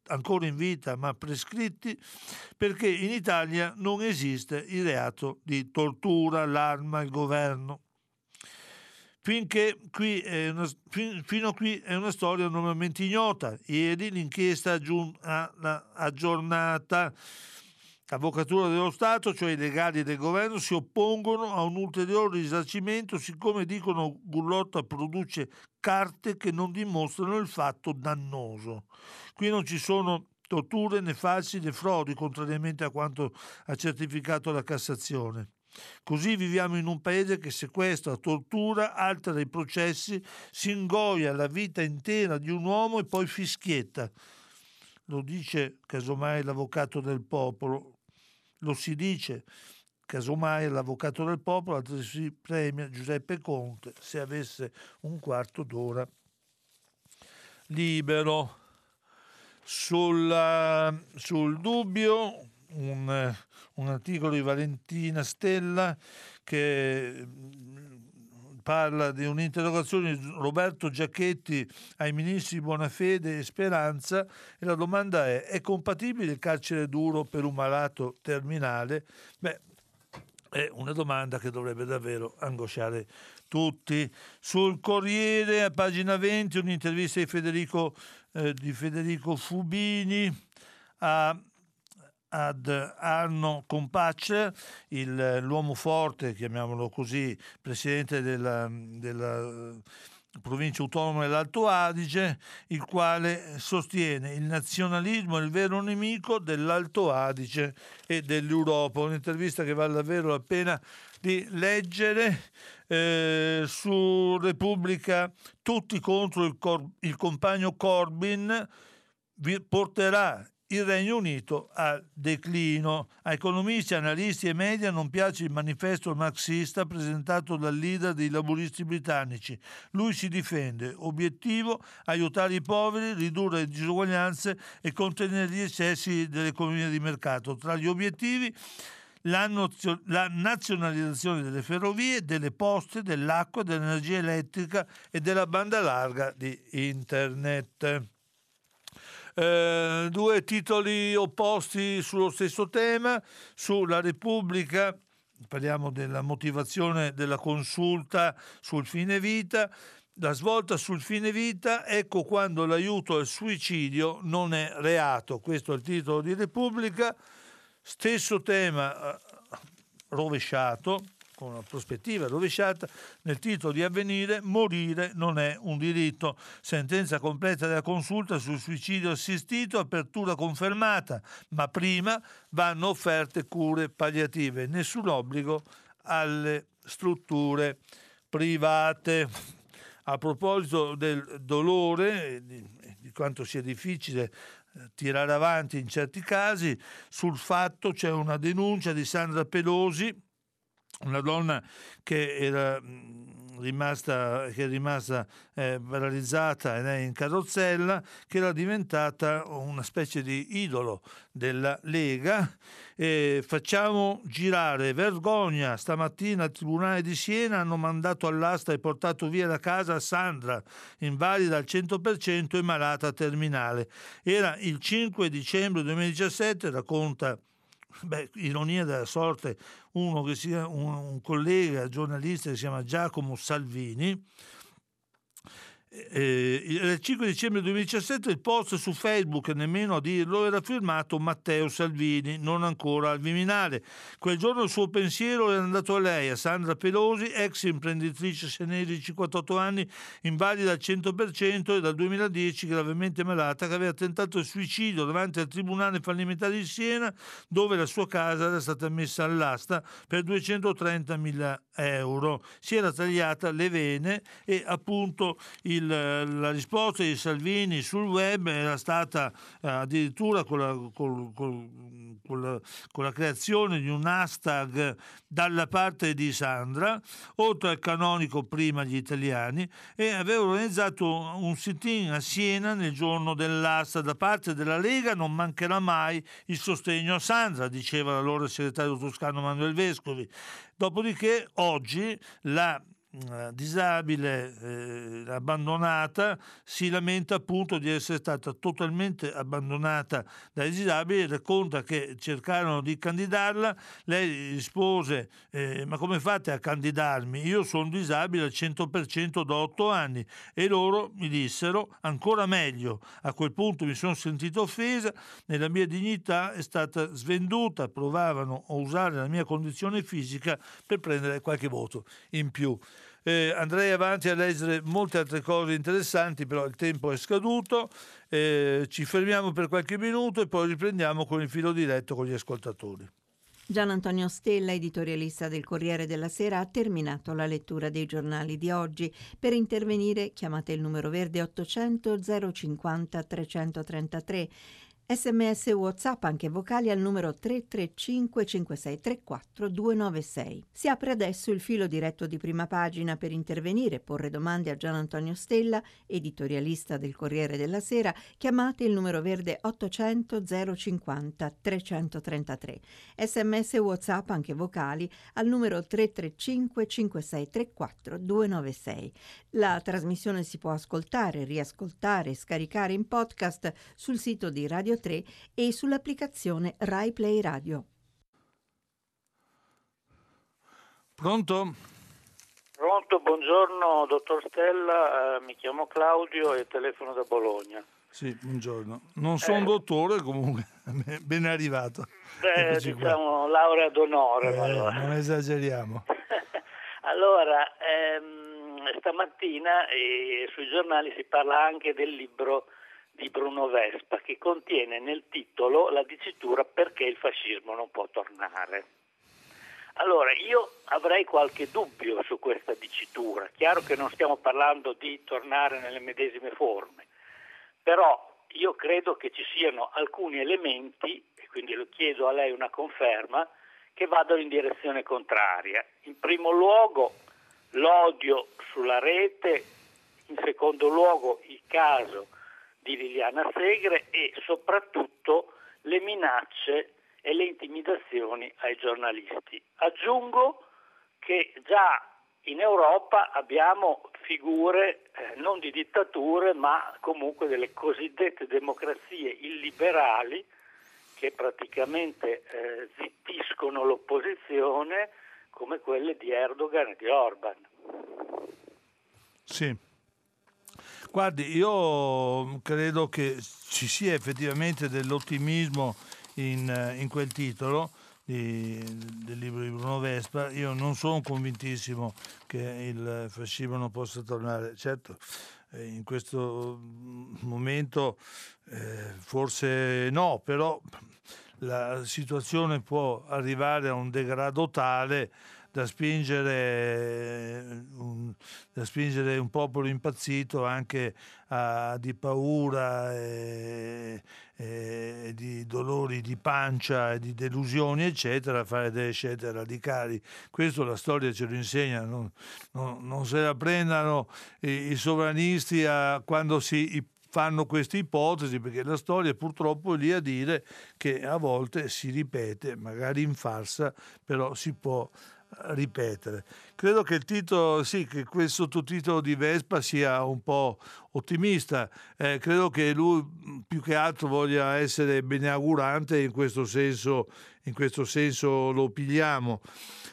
ancora in vita ma prescritti, perché in Italia non esiste il reato di tortura, l'arma, il governo. Finché qui è una, fin, fino a qui è una storia normalmente ignota. Ieri l'inchiesta aggiun, aggiornata. L'Avvocatura dello Stato, cioè i legali del governo, si oppongono a un ulteriore risarcimento siccome dicono Gullotta produce carte che non dimostrano il fatto dannoso. Qui non ci sono torture né falsi né frodi, contrariamente a quanto ha certificato la Cassazione. Così viviamo in un paese che sequestra, tortura, altera i processi, si ingoia la vita intera di un uomo e poi fischietta. Lo dice casomai l'avvocato del popolo, lo si dice casomai l'avvocato del popolo, altresì premia Giuseppe Conte se avesse un quarto d'ora libero. Sul, sul dubbio un, un articolo di Valentina Stella che parla di un'interrogazione di Roberto Giachetti ai ministri Bonafede e Speranza e la domanda è: è compatibile il carcere duro per un malato terminale? Beh, è una domanda che dovrebbe davvero angosciare tutti. Sul Corriere, a pagina venti, un'intervista di Federico, eh, di Federico Fubini a ad Arno Compaccia, il, l'uomo forte, chiamiamolo così, presidente della, della provincia autonoma dell'Alto Adige, il quale sostiene il nazionalismo è il vero nemico dell'Alto Adige e dell'Europa. Un'intervista che vale davvero la pena di leggere. Eh, su Repubblica, tutti contro il, Cor- il compagno Corbyn, vi porterà il Regno Unito al declino. A economisti, analisti e media non piace il manifesto marxista presentato dal leader dei laburisti britannici. Lui si difende. Obiettivo: aiutare i poveri, ridurre le disuguaglianze e contenere gli eccessi dell'economia di mercato. Tra gli obiettivi la, nozio- la nazionalizzazione delle ferrovie, delle poste, dell'acqua, dell'energia elettrica e della banda larga di internet. Eh, due titoli opposti sullo stesso tema. Sulla Repubblica parliamo della motivazione della consulta sul fine vita. La svolta sul fine vita, ecco quando l'aiuto al suicidio non è reato. Questo è il titolo di Repubblica. Stesso tema eh, rovesciato, con una prospettiva rovesciata, nel titolo di Avvenire: morire non è un diritto. Sentenza completa della consulta sul suicidio assistito, apertura confermata, ma prima vanno offerte cure palliative, nessun obbligo alle strutture private. A proposito del dolore, di, di quanto sia difficile tirare avanti in certi casi, sul Fatto c'è una denuncia di Sandra Pelosi, una donna che era rimasta, che è rimasta eh, paralizzata ed è in carrozzella, che era diventata una specie di idolo della Lega. Eh, facciamo girare, vergogna, stamattina al Tribunale di Siena hanno mandato all'asta e portato via da casa Sandra, invalida al cento per cento e malata terminale. Era il cinque dicembre duemiladiciassette, racconta, beh, ironia della sorte, uno che sia un, un collega giornalista che si chiama Giacomo Salvini. Eh, il cinque dicembre duemiladiciassette il post su Facebook, nemmeno a dirlo, era firmato Matteo Salvini, non ancora al Viminale. Quel giorno il suo pensiero era andato a lei, a Sandra Pelosi, ex imprenditrice senile di cinquantotto anni, invalida al cento per cento e dal duemiladieci gravemente malata, che aveva tentato il suicidio davanti al Tribunale fallimentare di Siena, dove la sua casa era stata messa all'asta per duecentotrentamila euro. Si era tagliata le vene e appunto il la risposta di Salvini sul web era stata eh, addirittura con la, con, con, con, la, con la creazione di un hashtag dalla parte di Sandra, oltre al canonico prima gli italiani, e aveva organizzato un sit-in a Siena nel giorno dell'asta. Da parte della Lega non mancherà mai il sostegno a Sandra, diceva l'allora segretario toscano Manuel Vescovi. Dopodiché oggi la eh, disabile, eh, abbandonata, si lamenta appunto di essere stata totalmente abbandonata dai disabili. Racconta che cercarono di candidarla, lei rispose eh, ma come fate a candidarmi? Io sono disabile al cento per cento da otto anni. E loro mi dissero ancora meglio. A quel punto mi sono sentito offesa, nella mia dignità è stata svenduta, provavano a usare la mia condizione fisica per prendere qualche voto in più. Eh, andrei avanti a leggere molte altre cose interessanti, però il tempo è scaduto. Eh, ci fermiamo per qualche minuto e poi riprendiamo con il filo diretto con gli ascoltatori. Gian Antonio Stella, editorialista del Corriere della Sera, ha terminato la lettura dei giornali di oggi. Per intervenire chiamate il numero verde ottocento zero cinquanta trecentotrentatré. Sms e WhatsApp anche vocali al numero tre tre cinque cinque sei tre quattro due nove sei. Si apre adesso il filo diretto di Prima Pagina. Per intervenire e porre domande a Gian Antonio Stella, editorialista del Corriere della Sera, chiamate il numero verde ottocento zero cinquanta trecentotrentatré. Sms e WhatsApp anche vocali al numero tre tre cinque cinque sei tre quattro due nove sei. La trasmissione si può ascoltare, riascoltare e scaricare in podcast sul sito di Radio tre e sull'applicazione Rai Play Radio. Pronto? Pronto, buongiorno dottor Stella, eh, mi chiamo Claudio e telefono da Bologna. Sì, buongiorno. Non sono un Eh. dottore, comunque ben arrivato. Beh, Eccoci qua. diciamo laurea d'onore. Eh, ma allora. Non esageriamo. Allora, ehm, stamattina eh, sui giornali si parla anche del libro di Bruno Vespa, che contiene nel titolo la dicitura "perché il fascismo non può tornare". Allora, io avrei qualche dubbio su questa dicitura. Chiaro che non stiamo parlando di tornare nelle medesime forme, però io credo che ci siano alcuni elementi, e quindi lo chiedo a lei una conferma, che vadano in direzione contraria. In primo luogo l'odio sulla rete, in secondo luogo il caso di Liliana Segre e soprattutto le minacce e le intimidazioni ai giornalisti. Aggiungo che già in Europa abbiamo figure eh, non di dittature, ma comunque delle cosiddette democrazie illiberali che praticamente eh, zittiscono l'opposizione, come quelle di Erdogan e di Orban. Sì. Guardi, io credo che ci sia effettivamente dell'ottimismo in, in quel titolo di, del libro di Bruno Vespa. Io non sono convintissimo che il fascismo non possa tornare. Certo, in questo momento eh, forse no, però la situazione può arrivare a un degrado tale da spingere un, da spingere un popolo impazzito anche a, di paura e, e di dolori di pancia e di delusioni eccetera, a fare delle scelte radicali. Questo la storia ce lo insegna, non, non, non se la prendano i, i sovranisti a, quando si fanno queste ipotesi, perché la storia purtroppo è lì a dire che a volte si ripete, magari in farsa, però si può ripetere. Credo che il titolo, sì, che quel sottotitolo di Vespa sia un po' ottimista. Eh, credo che lui più che altro voglia essere beneaugurante, in questo senso, in questo senso lo pigliamo.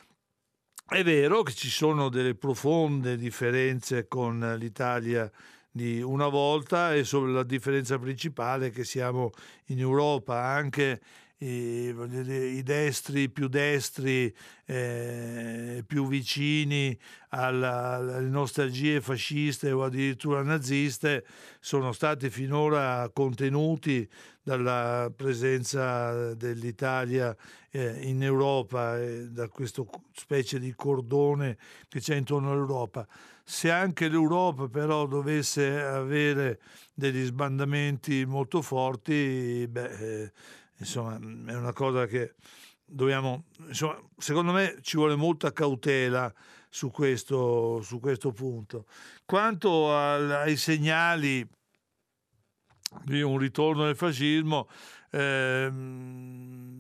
È vero che ci sono delle profonde differenze con l'Italia di una volta, e sobre la differenza principale che siamo in Europa, anche I, i destri più destri, eh, più vicini alla, alle nostalgie fasciste o addirittura naziste, sono stati finora contenuti dalla presenza dell'Italia eh, in Europa, e da questo specie di cordone che c'è intorno all'Europa. Se anche l'Europa però dovesse avere degli sbandamenti molto forti, beh, eh, insomma, è una cosa che dobbiamo, insomma, secondo me ci vuole molta cautela su questo, su questo punto. Quanto al, ai segnali di un ritorno del fascismo, ehm,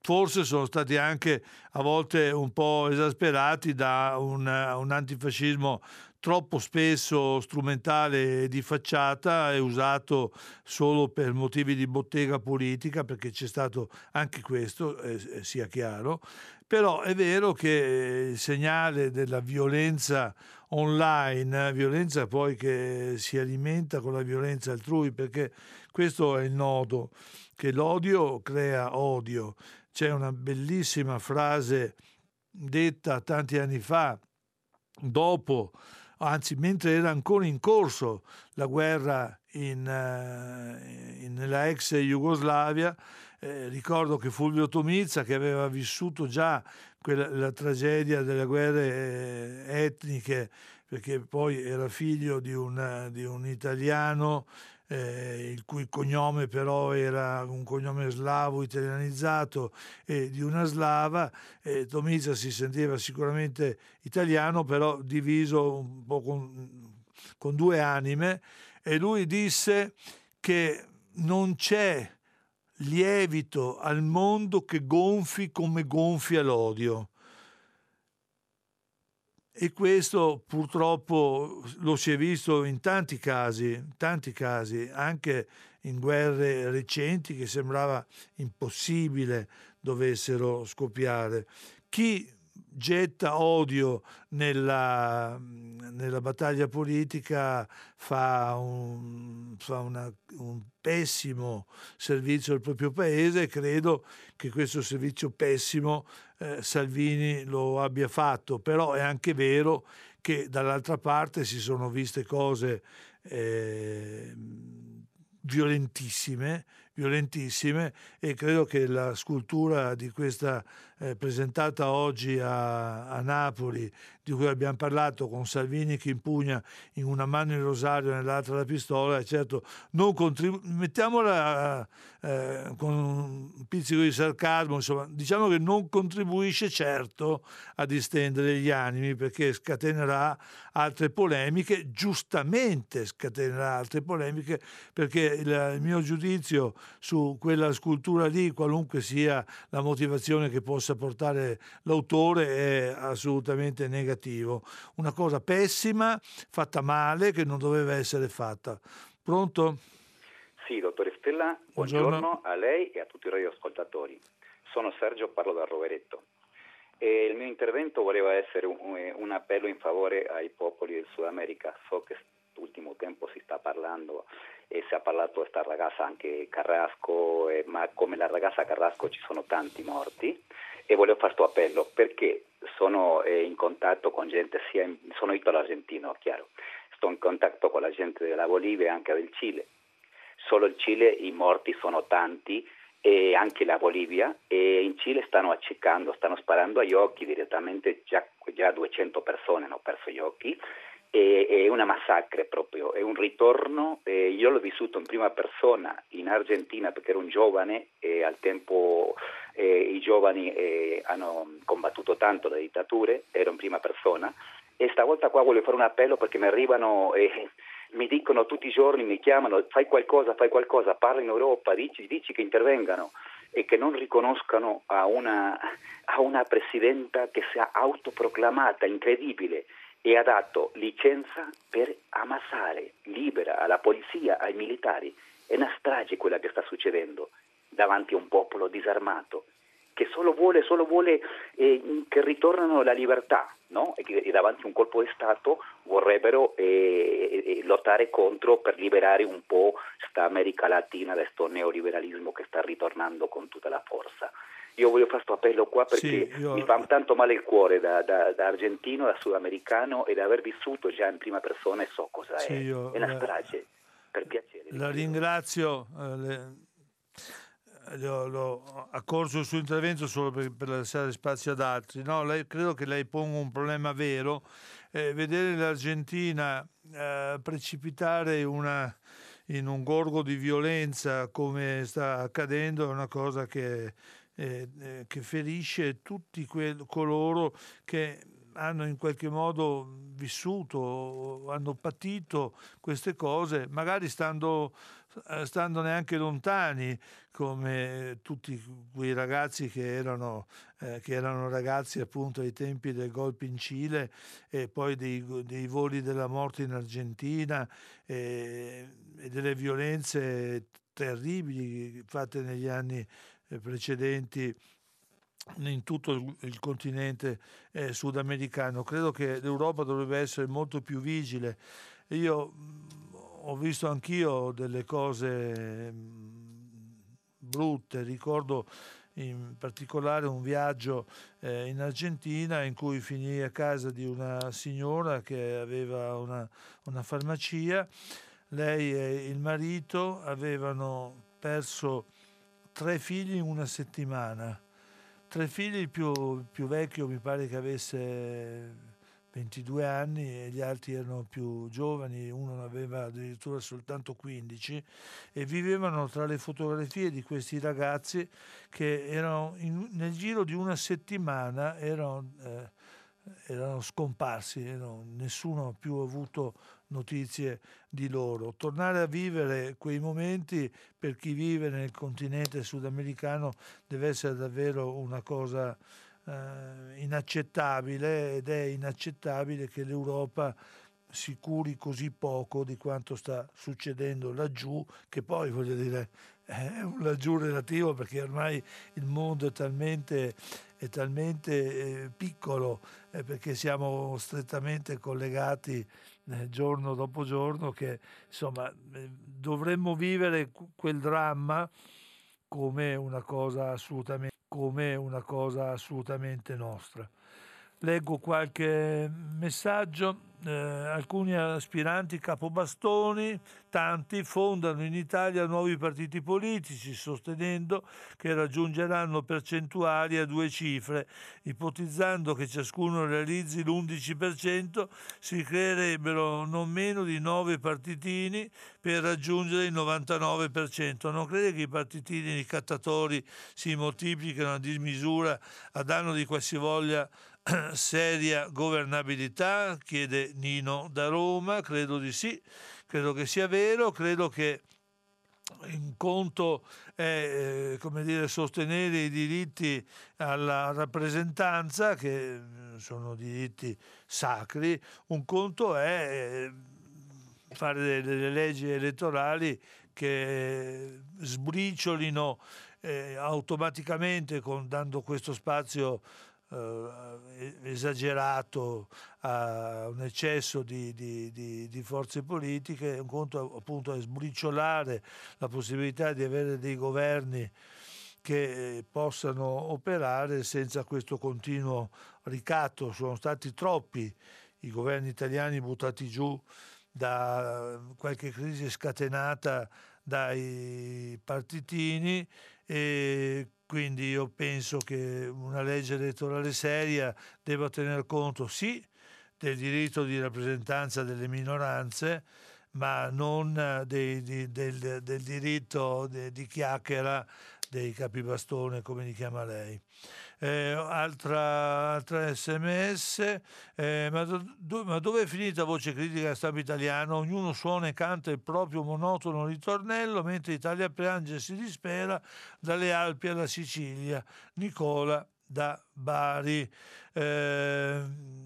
forse sono stati anche a volte un po' esasperati da un, un antifascismo troppo spesso strumentale e di facciata e usato solo per motivi di bottega politica, perché c'è stato anche questo, eh, sia chiaro. Però è vero che il segnale della violenza online, violenza poi che si alimenta con la violenza altrui, perché questo è il nodo, che l'odio crea odio. C'è una bellissima frase detta tanti anni fa, dopo, anzi mentre era ancora in corso la guerra in, in, nella ex Jugoslavia. Eh, ricordo che Fulvio Tomizza, che aveva vissuto già quella, la tragedia delle guerre eh, etniche, perché poi era figlio di un, di un italiano eh, il cui cognome però era un cognome slavo italianizzato e di una slava, eh, Tomizza si sentiva sicuramente italiano, però diviso un po' con, con due anime, e lui disse che non c'è lievito al mondo che gonfi come gonfia l'odio. E questo purtroppo lo si è visto in tanti casi, tanti casi, anche in guerre recenti che sembrava impossibile dovessero scoppiare. Chi getta odio nella, nella battaglia politica fa, un, fa una, un pessimo servizio al proprio paese, e credo che questo servizio pessimo eh, Salvini lo abbia fatto. Però è anche vero che dall'altra parte si sono viste cose eh, violentissime, violentissime, e credo che la scultura di questa eh, presentata oggi a, a Napoli, di cui abbiamo parlato, con Salvini che impugna in una mano il rosario e nell'altra la pistola, certo non contribu- mettiamola eh, con un pizzico di sarcasmo, insomma, diciamo che non contribuisce certo a distendere gli animi, perché scatenerà altre polemiche, giustamente scatenerà altre polemiche, perché il, il mio giudizio su quella scultura lì, qualunque sia la motivazione che possa portare l'autore, è assolutamente negativo. Una cosa pessima, fatta male, che non doveva essere fatta. Pronto? Sì, dottore Stella, buongiorno, buongiorno a lei e a tutti i radioascoltatori. Sono Sergio, parlo da Rovereto. E il mio intervento voleva essere un, un appello in favore ai popoli del Sud America. So che quest'ultimo tempo si sta parlando e si è parlato di questa ragazza anche Carrasco, eh, ma come la ragazza Carrasco ci sono tanti morti, e volevo fare questo appello perché sono eh, in contatto con gente, sia in, sono italo-argentino, chiaro, sto in contatto con la gente della Bolivia e anche del Cile. Solo il Cile i morti sono tanti, e anche la Bolivia, e in Cile stanno accecando, stanno sparando agli occhi direttamente, già, già duecento persone hanno perso gli occhi. È una massacre proprio, è un ritorno. Eh, io l'ho vissuto in prima persona in Argentina perché ero un giovane e al tempo eh, i giovani eh, hanno combattuto tanto le dittature, ero in prima persona, e stavolta qua voglio fare un appello perché mi arrivano e eh, mi dicono tutti i giorni, mi chiamano, fai qualcosa, fai qualcosa, parla in Europa, dici, dici che intervengano, e che non riconoscano a una, a una presidenta che sia autoproclamata, incredibile, e ha dato licenza per ammassare, libera alla polizia, ai militari. È una strage quella che sta succedendo davanti a un popolo disarmato che solo vuole, solo vuole eh, che ritornino la libertà, no? E che e davanti a un colpo di Stato vorrebbero eh, eh, lottare contro per liberare un po' sta America Latina da questo neoliberalismo che sta ritornando con tutta la forza. Io voglio fare questo appello qua perché sì, io... mi fa tanto male il cuore da, da, da argentino, da sudamericano, e da aver vissuto già in prima persona e so cosa sì, è. Io, è una strage, per piacere. La ringrazio, eh, le, l'ho, l'ho accorso il suo intervento solo per, per lasciare spazio ad altri. No, lei, credo che lei ponga un problema vero. Eh, vedere l'Argentina eh, precipitare una, in un gorgo di violenza come sta accadendo è una cosa che... Eh, eh, che ferisce tutti que- coloro che hanno in qualche modo vissuto, hanno patito queste cose, magari stando stando neanche lontani, come tutti quei ragazzi che erano, eh, che erano ragazzi appunto ai tempi del golpe in Cile e poi dei, dei voli della morte in Argentina e, e delle violenze terribili fatte negli anni precedenti in tutto il, il continente eh, sudamericano. Credo che l'Europa dovrebbe essere molto più vigile. Io ho visto anch'io delle cose brutte, ricordo in particolare un viaggio eh, in Argentina in cui finii a casa di una signora che aveva una, una farmacia. Lei e il marito avevano perso tre figli in una settimana. Tre figli, il più, più vecchio mi pare che avesse ventidue anni e gli altri erano più giovani, uno ne aveva addirittura soltanto quindici, e vivevano tra le fotografie di questi ragazzi che erano in, nel giro di una settimana erano, eh, erano scomparsi, erano, nessuno ha più avuto notizie di loro. Tornare a vivere quei momenti per chi vive nel continente sudamericano deve essere davvero una cosa eh, inaccettabile, ed è inaccettabile che l'Europa si curi così poco di quanto sta succedendo laggiù, che poi voglio dire è un laggiù relativo perché ormai il mondo è talmente, è talmente eh, piccolo, eh, perché siamo strettamente collegati eh, giorno dopo giorno, che insomma eh, dovremmo vivere quel dramma come una cosa assolutamente, come una cosa assolutamente nostra. Leggo qualche messaggio. Eh, alcuni aspiranti capobastoni, tanti, fondano in Italia nuovi partiti politici sostenendo che raggiungeranno percentuali a due cifre. Ipotizzando che ciascuno realizzi l'undici per cento, si creerebbero non meno di nove partitini per raggiungere il novantanove per cento. Non crede che i partitini i cattatori si moltiplicano a dismisura a danno di qualsivoglia seria governabilità? Chiede Nino da Roma. Credo di sì, credo che sia vero, credo che in conto è eh, come dire, sostenere i diritti alla rappresentanza, che sono diritti sacri. Un conto è eh, fare delle leggi elettorali che sbriciolino eh, automaticamente, con, dando questo spazio Uh, esagerato a un eccesso di, di, di, di forze politiche. Un conto appunto è sbriciolare la possibilità di avere dei governi che possano operare senza questo continuo ricatto. Sono stati troppi i governi italiani buttati giù da qualche crisi scatenata dai partitini, e quindi io penso che una legge elettorale seria debba tener conto sì del diritto di rappresentanza delle minoranze, ma non dei, di, del, del diritto de, di chiacchiera dei capibastone, come li chiama lei. Eh, altra, altra sms, eh, ma, do, ma dove è finita Voce Critica a Stampa Italiano? Ognuno suona e canta il proprio monotono ritornello, mentre Italia piange e si dispera dalle Alpi alla Sicilia. Nicola da Bari. Eh,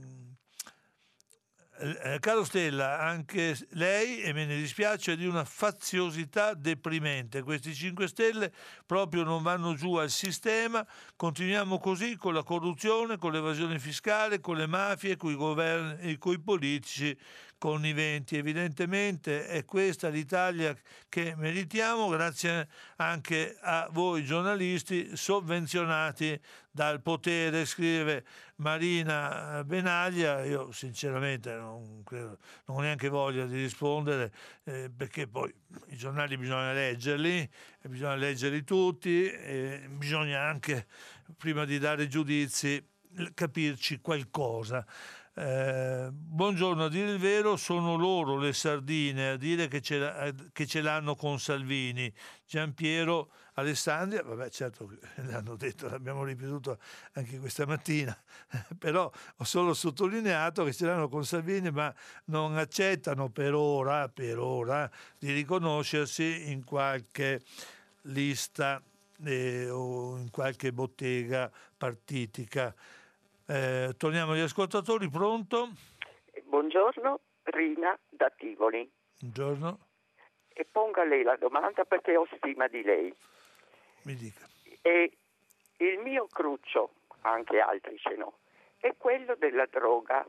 Eh, caro Stella, anche lei, e me ne dispiace, è di una faziosità deprimente. Questi cinque Stelle proprio non vanno giù al sistema. Continuiamo così con la corruzione, con l'evasione fiscale, con le mafie, con i governi e con i politici conniventi. Evidentemente è questa l'Italia che meritiamo, grazie anche a voi giornalisti sovvenzionati dal potere, scrive Marina Benaglia. Io sinceramente non, credo, non ho neanche voglia di rispondere, eh, perché poi i giornali bisogna leggerli, bisogna leggerli tutti, e bisogna anche, prima di dare giudizi, capirci qualcosa. Eh, buongiorno, a dire il vero sono loro le sardine a dire che ce, la, che ce l'hanno con Salvini. Giampiero Alessandria, vabbè certo l'hanno detto, l'abbiamo ripetuto anche questa mattina, però ho solo sottolineato che ce l'hanno con Salvini, ma non accettano per ora, per ora di riconoscersi in qualche lista eh, o in qualche bottega partitica. Eh, torniamo agli ascoltatori, pronto? Buongiorno, Rina da Tivoli. Buongiorno. E ponga lei la domanda perché ho stima di lei. Mi dica. E il mio cruccio, anche altri ce n'ho, è quello della droga.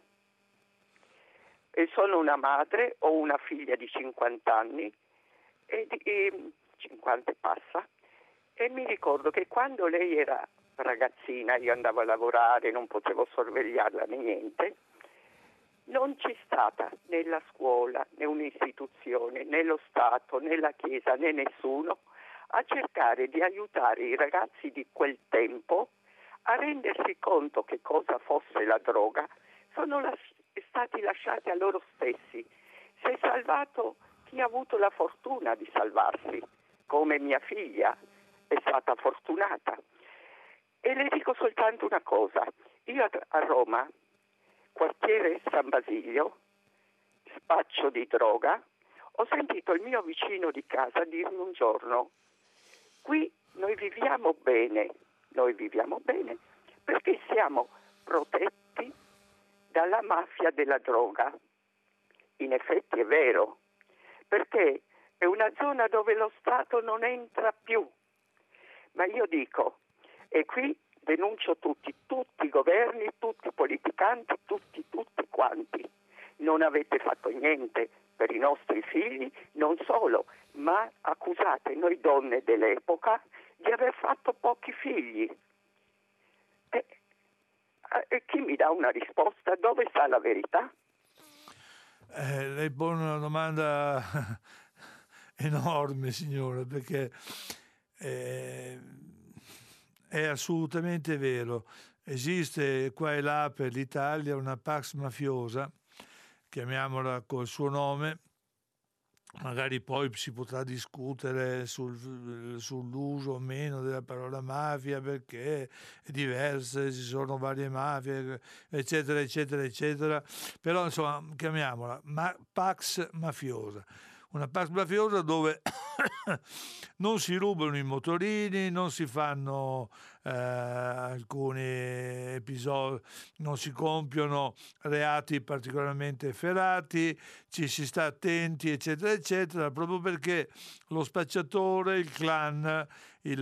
E sono una madre, ho una figlia di cinquanta anni, e di, e cinquanta e passa, e mi ricordo che quando lei era ragazzina, io andavo a lavorare, non potevo sorvegliarla né niente, non c'è stata né la scuola, né un'istituzione, né lo Stato, né la Chiesa, né nessuno a cercare di aiutare i ragazzi di quel tempo a rendersi conto che cosa fosse la droga. Sono las- stati lasciati a loro stessi. Si è salvato chi ha avuto la fortuna di salvarsi, come mia figlia è stata fortunata. E le dico soltanto una cosa, io a Roma, quartiere San Basilio, spaccio di droga, ho sentito il mio vicino di casa dirmi un giorno: qui noi viviamo bene, noi viviamo bene perché siamo protetti dalla mafia della droga. In effetti è vero, perché è una zona dove lo Stato non entra più. Ma io dico, e qui denuncio tutti, tutti i governi, tutti i politicanti, tutti, tutti quanti. Non avete fatto niente per i nostri figli, non solo, ma accusate noi donne dell'epoca di aver fatto pochi figli. E, e chi mi dà una risposta? Dove sta la verità? Eh, lei pone una domanda enorme, signora, perché eh, è assolutamente vero. Esiste qua e là per l'Italia una pax mafiosa, chiamiamola col suo nome, magari poi si potrà discutere sul, sull'uso o meno della parola mafia, perché è diversa, ci sono varie mafie, eccetera, eccetera, eccetera, però insomma chiamiamola ma, pax mafiosa. Una pax mafiosa dove non si rubano i motorini, non si fanno eh, alcuni episodi, non si compiono reati particolarmente efferati, ci si sta attenti, eccetera, eccetera, proprio perché lo spacciatore, il clan, il,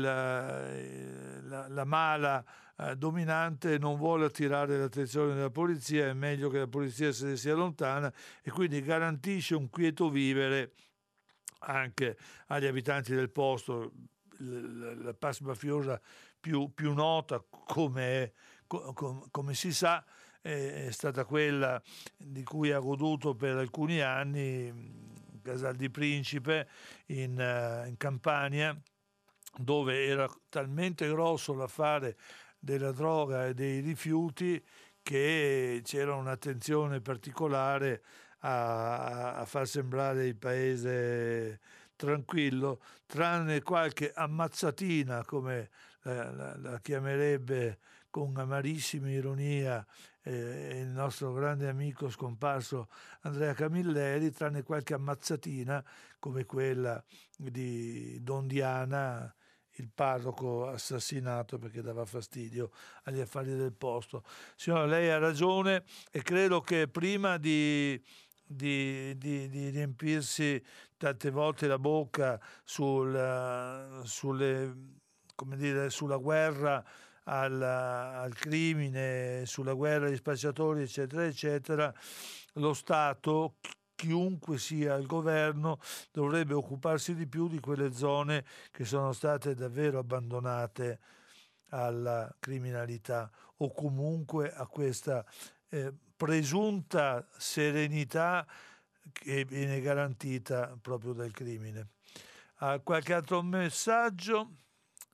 la, la mala eh, dominante non vuole attirare l'attenzione della polizia, è meglio che la polizia se ne sia lontana, e quindi garantisce un quieto vivere anche agli abitanti del posto. La, la pax mafiosa più, più nota, come, come, come si sa, è stata quella di cui ha goduto per alcuni anni Casal di Principe in, in Campania, dove era talmente grosso l'affare della droga e dei rifiuti che c'era un'attenzione particolare a, a far sembrare il paese tranquillo, tranne qualche ammazzatina, come la, la, la chiamerebbe con amarissima ironia eh, il nostro grande amico scomparso Andrea Camilleri, tranne qualche ammazzatina come quella di Don Diana, il parroco assassinato perché dava fastidio agli affari del posto. Signora, lei ha ragione, e credo che prima di, di, di, di riempirsi tante volte la bocca sul, sulle, come dire, sulla guerra al, al crimine, sulla guerra agli spacciatori, eccetera, eccetera, lo Stato, chiunque sia il governo, dovrebbe occuparsi di più di quelle zone che sono state davvero abbandonate alla criminalità, o comunque a questa eh, presunta serenità che viene garantita proprio dal crimine. Ha qualche altro messaggio?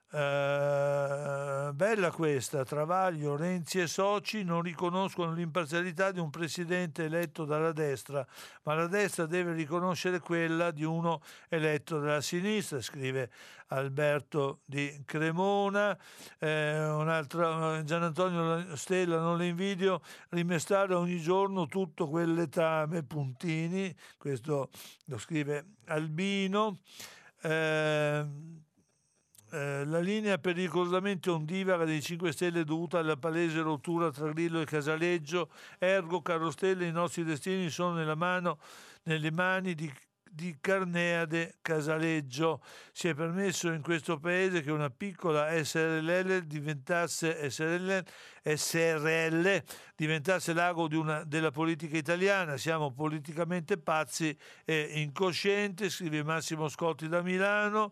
Eh, bella questa. Travaglio, Renzi e soci non riconoscono l'imparzialità di un presidente eletto dalla destra, ma la destra deve riconoscere quella di uno eletto dalla sinistra, scrive Alberto di Cremona. Eh, un altro, Gian Antonio Stella, non le invidio, rimestare ogni giorno tutto quel letame, puntini, questo lo scrive Albino. Eh, Eh, la linea pericolosamente ondivaga dei cinque Stelle è dovuta alla palese rottura tra Grillo e Casaleggio, ergo, caro Stelle, i nostri destini sono nella mano, nelle mani di, di Carneade Casaleggio. Si è permesso in questo paese che una piccola S R L diventasse S R L, S R L diventasse l'ago di una, della politica italiana. Siamo politicamente pazzi e incoscienti, scrive Massimo Scotti da Milano.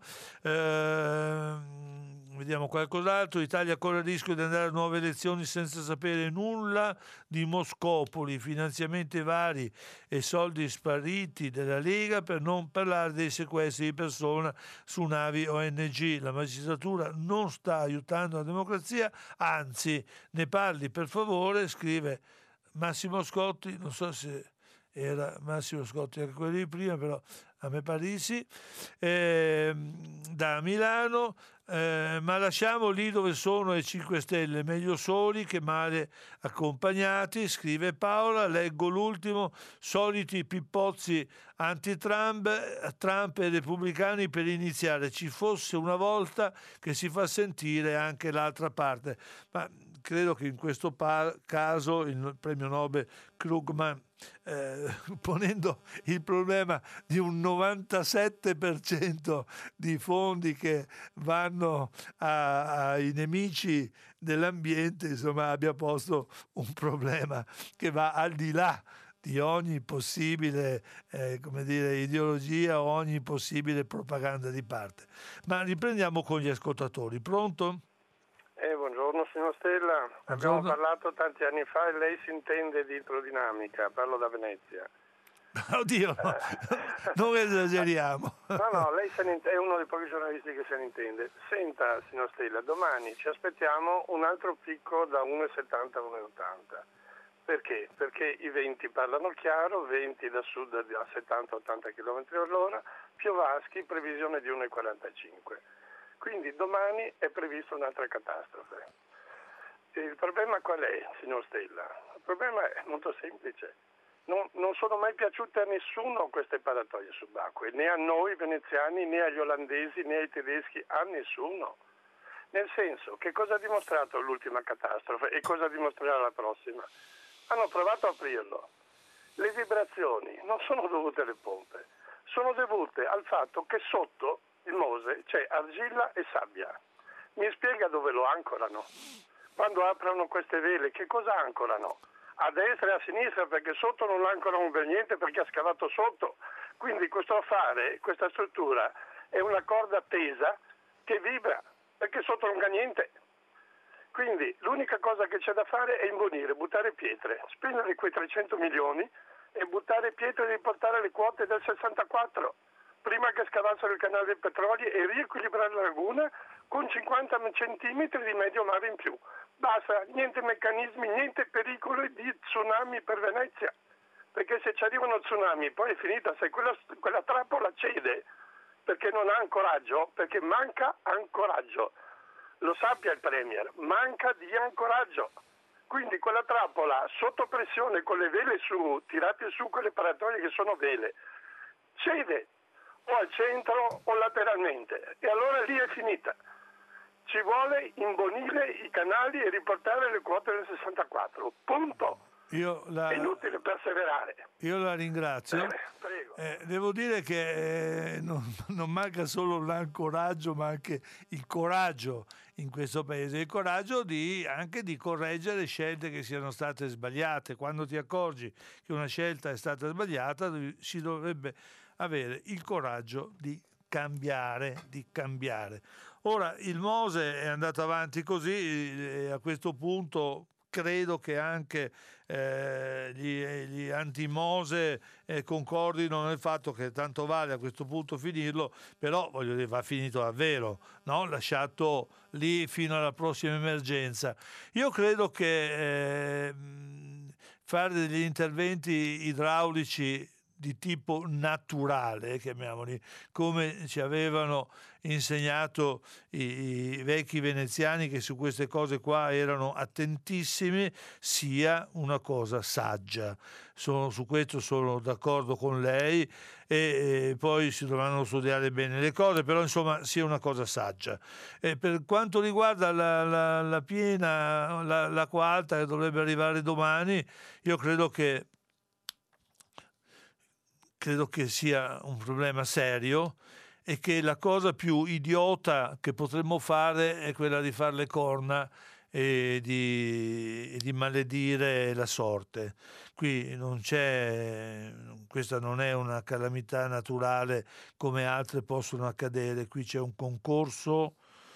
Ehm, Vediamo qualcos'altro. Italia corre il rischio di andare a nuove elezioni senza sapere nulla di Moscopoli, finanziamenti vari e soldi spariti della Lega, per non parlare dei sequestri di persona su navi O N G. La magistratura non sta aiutando la democrazia, anzi, ne parli per favore, scrive Massimo Scotti. Non so se era Massimo Scotti anche quello di prima, però a me pare di sì. Eh, da Milano. Eh, ma lasciamo lì dove sono le cinque Stelle, meglio soli che male accompagnati, scrive Paola. Leggo l'ultimo: soliti pippozzi anti-Trump, Trump e repubblicani per iniziare. Ci fosse una volta che si fa sentire anche l'altra parte. Ma credo che in questo pa- caso il premio Nobel Krugman, eh, ponendo il problema di un novantasette per cento di fondi che vanno a, ai nemici dell'ambiente, insomma, abbia posto un problema che va al di là di ogni possibile eh, come dire, ideologia o ogni possibile propaganda di parte. Ma riprendiamo con gli ascoltatori. Pronto? Eh, buongiorno signor Stella, buongiorno. Abbiamo parlato tanti anni fa e lei si intende di idrodinamica, parlo da Venezia. Oddio, no. Non esageriamo. No, no, lei se ne, è uno dei pochi giornalisti che se ne intende. Senta signor Stella, domani ci aspettiamo un altro picco da uno virgola settanta a uno virgola ottanta. Perché? Perché i venti parlano chiaro, venti da sud a settanta ottanta chilometri all'ora, piovaschi, previsione di uno virgola quarantacinque. Quindi domani è prevista un'altra catastrofe. Il problema qual è, signor Stella? Il problema è molto semplice. Non, non sono mai piaciute a nessuno queste paratoie subacquee, né a noi veneziani, né agli olandesi, né ai tedeschi, a nessuno. Nel senso, che cosa ha dimostrato l'ultima catastrofe e cosa dimostrerà la prossima? Hanno provato a aprirlo. Le vibrazioni non sono dovute alle pompe, sono dovute al fatto che sotto il Mose c'è argilla e sabbia. Mi spiega dove lo ancorano? Quando aprono queste vele, che cosa ancorano? A destra e a sinistra, perché sotto non ancorano per niente perché ha scavato sotto. Quindi questo affare, questa struttura è una corda tesa che vibra, perché sotto non c'è niente. Quindi l'unica cosa che c'è da fare è imbonire, buttare pietre, spendere quei trecento milioni e buttare pietre e riportare le quote del sessantaquattro, prima che scavassero il canale dei petroli, e riequilibrare la laguna con cinquanta centimetri di medio mare in più. Basta, niente meccanismi, niente pericolo di tsunami per Venezia, perché se ci arrivano tsunami poi è finita, se quella, quella trappola cede perché non ha ancoraggio, perché manca ancoraggio. Lo sappia il Premier, manca di ancoraggio. Quindi quella trappola sotto pressione con le vele su, tirate su quelle paratoie che sono vele, cede o al centro o lateralmente, e allora lì è finita. Ci vuole imbonire i canali e riportare le quote del sessantaquattro, punto. Io la, è inutile perseverare. Io la ringrazio. Eh, prego. Eh, devo dire che eh, non, non manca solo l'ancoraggio, ma anche il coraggio in questo paese, il coraggio di, anche di correggere scelte che siano state sbagliate. Quando ti accorgi che una scelta è stata sbagliata, si dovrebbe avere il coraggio di cambiare, di cambiare. Ora il Mose è andato avanti così e a questo punto credo che anche eh, gli, gli antimose eh, concordino nel fatto che tanto vale a questo punto finirlo, però voglio dire, va finito davvero, no? Lasciato lì fino alla prossima emergenza. Io credo che eh, fare degli interventi idraulici di tipo naturale, chiamiamoli, come ci avevano insegnato i, i vecchi veneziani, che su queste cose qua erano attentissimi, sia una cosa saggia. Sono, su questo sono d'accordo con lei, e, e poi si dovranno studiare bene le cose, però insomma sia una cosa saggia. E per quanto riguarda la, la, la piena, la, l'acqua alta che dovrebbe arrivare domani, io credo che credo che sia un problema serio, e che la cosa più idiota che potremmo fare è quella di fare le corna e di, e di maledire la sorte. Qui non c'è, questa non è una calamità naturale come altre possono accadere, qui c'è un concorso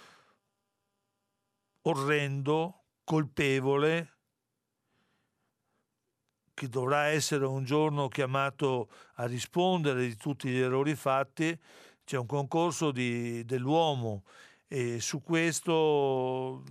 orrendo, colpevole, che dovrà essere un giorno chiamato a rispondere di tutti gli errori fatti. C'è un concorso di, dell'uomo, e su questo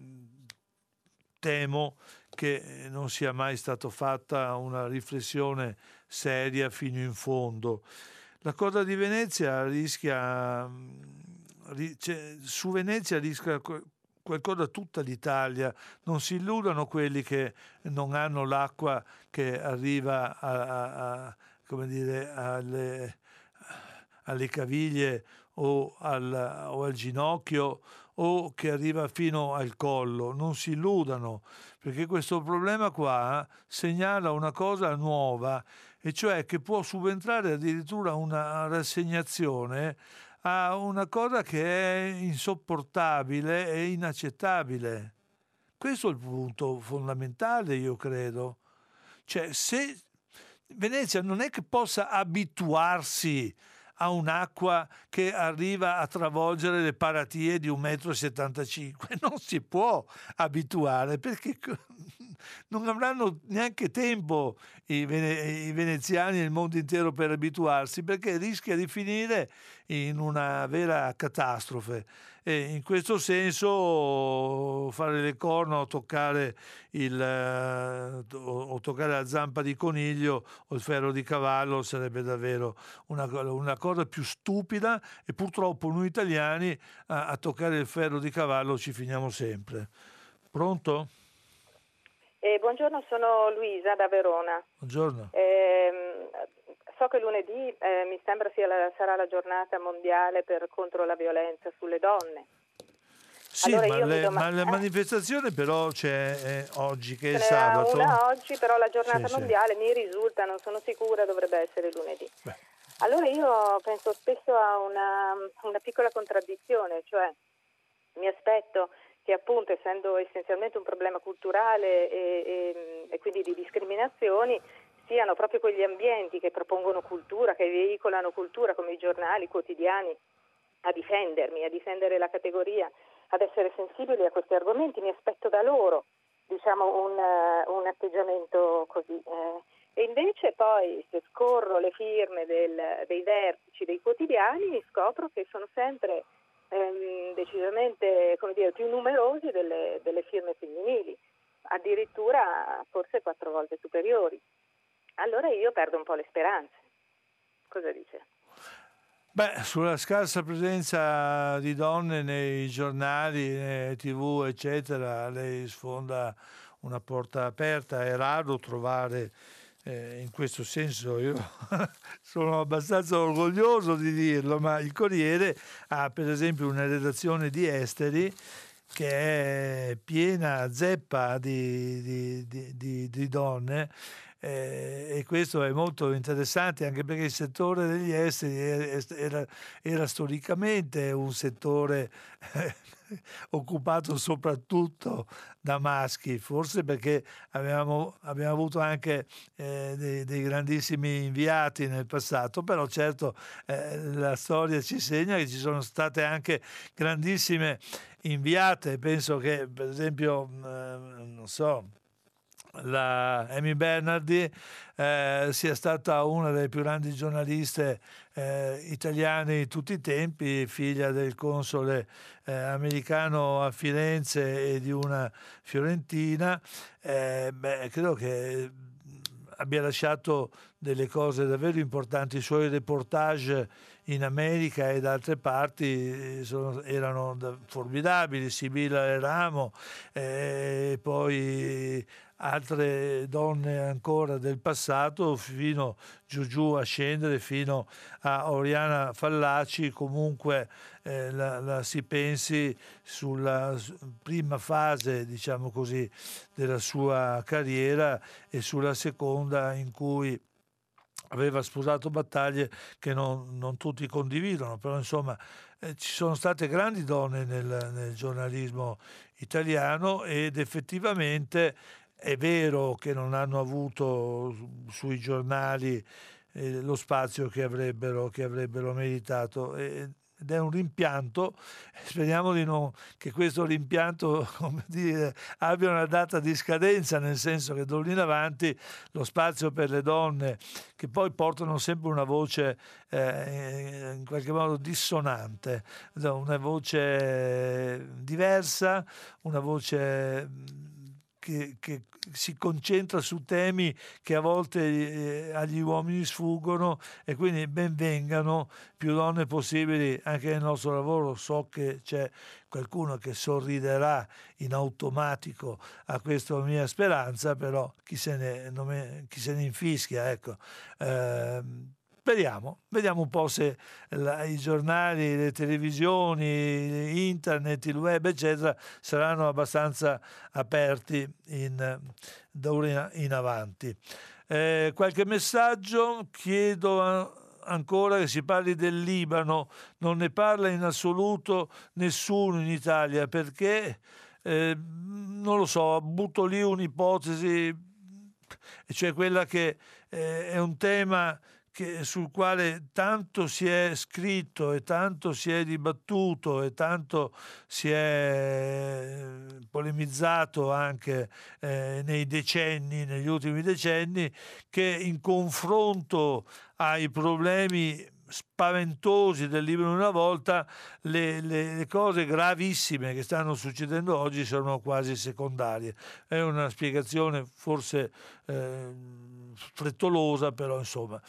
temo che non sia mai stata fatta una riflessione seria fino in fondo. La cosa di Venezia rischia, cioè, su Venezia rischia qualcosa tutta l'Italia. Non si illudano quelli che non hanno l'acqua che arriva a, a, a, come dire, alle, alle caviglie o al, o al ginocchio, o che arriva fino al collo. Non si illudano, perché questo problema qua segnala una cosa nuova, e cioè che può subentrare addirittura una rassegnazione a una cosa che è insopportabile e inaccettabile. Questo è il punto fondamentale, io credo. Cioè, se Venezia non è che possa abituarsi a un'acqua che arriva a travolgere le paratie di un metro e settantacinque, non si può abituare, perché non avranno neanche tempo i, vene- i veneziani e il mondo intero per abituarsi, perché rischia di finire in una vera catastrofe. E in questo senso fare le corna o toccare, il, o, o toccare la zampa di coniglio o il ferro di cavallo sarebbe davvero una, una cosa più stupida, e purtroppo noi italiani a, a toccare il ferro di cavallo ci finiamo sempre. Pronto? Eh, buongiorno, sono Luisa da Verona. Buongiorno. Eh, so che lunedì eh, mi sembra sia la, sarà la giornata mondiale per, contro la violenza sulle donne. Sì, allora ma, io le, dom- ma la eh? manifestazione però c'è eh, oggi, che è il Ce n'era sabato. una oggi, però la giornata sì, mondiale sì. mi risulta, non sono sicura, dovrebbe essere lunedì. Beh. Allora io penso spesso a una, una piccola contraddizione, cioè mi aspetto che appunto, essendo essenzialmente un problema culturale e, e, e quindi di discriminazioni, siano proprio quegli ambienti che propongono cultura, che veicolano cultura, come i giornali, i quotidiani, a difendermi, a difendere la categoria, ad essere sensibili a questi argomenti. Mi aspetto da loro, diciamo, un, un atteggiamento così. Eh. E invece poi, se scorro le firme del, dei vertici dei quotidiani, scopro che sono sempre ehm, decisamente, come dire, più numerosi delle, delle firme femminili, addirittura forse quattro volte superiori. Allora io perdo un po' le speranze. Cosa dice? Beh, sulla scarsa presenza di donne nei giornali, nei tivù, eccetera, lei sfonda una porta aperta. È raro trovare, eh, in questo senso io sono abbastanza orgoglioso di dirlo, ma il Corriere ha per esempio una redazione di esteri che è piena zeppa di, di, di, di, di donne. Eh, e questo è molto interessante, anche perché il settore degli esteri era, era storicamente un settore eh, occupato soprattutto da maschi, forse perché avevamo, abbiamo avuto anche eh, dei, dei grandissimi inviati nel passato, però certo eh, la storia ci segna che ci sono state anche grandissime inviate. Penso che per esempio eh, non so la Amy Bernardi eh, sia stata una delle più grandi giornaliste eh, italiane di tutti i tempi, figlia del console eh, americano a Firenze e di una fiorentina. Eh, beh, credo che abbia lasciato delle cose davvero importanti. I suoi reportage in America e da altre parti sono, erano formidabili, Sibilla Eramo, e poi altre donne ancora del passato, fino giù giù a scendere fino a Oriana Fallaci. Comunque eh, la, la si pensi sulla prima fase, diciamo così, della sua carriera e sulla seconda, in cui aveva sposato battaglie che non, non tutti condividono, però insomma eh, ci sono state grandi donne nel, nel giornalismo italiano, ed effettivamente è vero che non hanno avuto sui giornali eh, lo spazio che avrebbero, che avrebbero meritato, e, ed è un rimpianto. Speriamo di non, che questo rimpianto, come dire, abbia una data di scadenza, nel senso che d'ora in avanti lo spazio per le donne, che poi portano sempre una voce eh, in qualche modo dissonante, una voce diversa, una voce Che, che si concentra su temi che a volte eh, agli uomini sfuggono, e quindi ben vengano più donne possibili anche nel nostro lavoro. So che c'è qualcuno che sorriderà in automatico a questa mia speranza, però chi se ne, non me, chi se ne infischia, ecco. Eh, Vediamo, vediamo un po' se la, i giornali, le televisioni, internet, il web, eccetera, saranno abbastanza aperti in, da ora in avanti. Eh, qualche messaggio? Chiedo a, ancora che si parli del Libano. Non ne parla in assoluto nessuno in Italia, perché eh, non lo so, butto lì un'ipotesi, cioè quella che eh, è un tema Che, sul quale tanto si è scritto e tanto si è dibattuto e tanto si è polemizzato anche eh, nei decenni, negli ultimi decenni, che in confronto ai problemi spaventosi del Libano una volta, le, le, le cose gravissime che stanno succedendo oggi sono quasi secondarie. È una spiegazione forse eh, frettolosa, però insomma.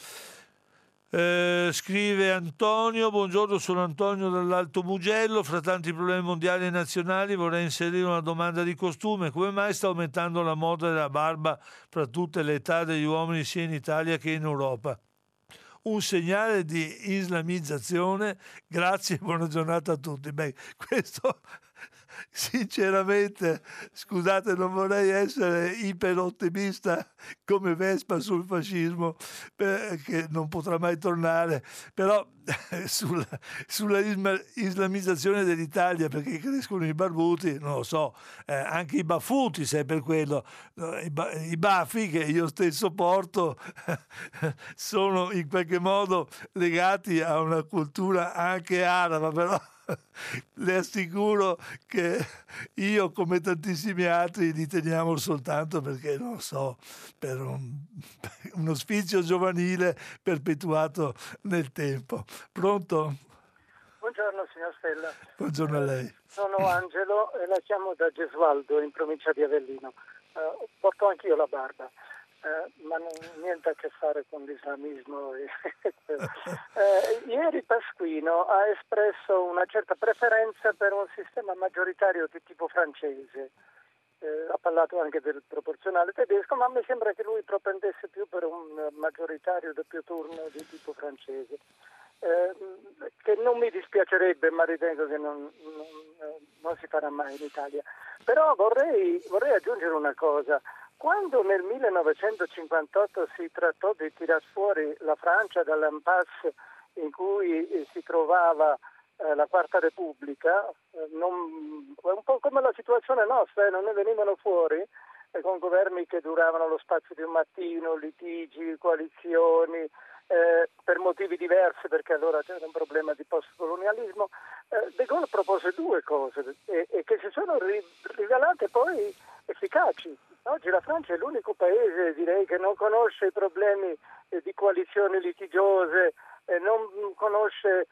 Eh, scrive Antonio: buongiorno, sono Antonio dall'Alto Mugello. Fra tanti problemi mondiali e nazionali vorrei inserire una domanda di costume: come mai sta aumentando la moda della barba fra tutte le età degli uomini, sia in Italia che in Europa? Un segnale di islamizzazione? Grazie, buona giornata a tutti. Beh, questo sinceramente, scusate, non vorrei essere iperottimista come Vespa sul fascismo, che non potrà mai tornare, però sulla, sulla islamizzazione dell'Italia, perché crescono i barbuti, non lo so, eh, anche i baffuti, se è per quello, i, i baffi che io stesso porto sono in qualche modo legati a una cultura anche araba, però le assicuro che io, come tantissimi altri, li teniamo soltanto perché, non so, per un, uno sfizio giovanile perpetuato nel tempo. Pronto? Buongiorno signor Stella. Buongiorno a lei. Sono Angelo e la chiamo da Gesualdo, in provincia di Avellino. Uh, porto anch'io la barba. Uh, ma non, niente a che fare con l'islamismo. uh, ieri Pasquino ha espresso una certa preferenza per un sistema maggioritario di tipo francese. Uh, ha parlato anche del proporzionale tedesco, ma mi sembra che lui propendesse più per un maggioritario doppio turno di tipo francese, uh, che non mi dispiacerebbe, ma ritengo che non, non, non si farà mai in Italia. Però vorrei, vorrei aggiungere una cosa. Quando nel millenovecentocinquantotto si trattò di tirar fuori la Francia dall'impasse in cui si trovava eh, la Quarta Repubblica, eh, non, un po' come la situazione nostra, eh, non ne venivano fuori, eh, con governi che duravano lo spazio di un mattino, litigi, coalizioni, eh, per motivi diversi, perché allora c'era un problema di postcolonialismo. eh, De Gaulle propose due cose e, e che si sono ri, rivelate poi efficaci. Oggi la Francia è l'unico paese, direi, che non conosce i problemi eh, di coalizioni litigiose, eh, non conosce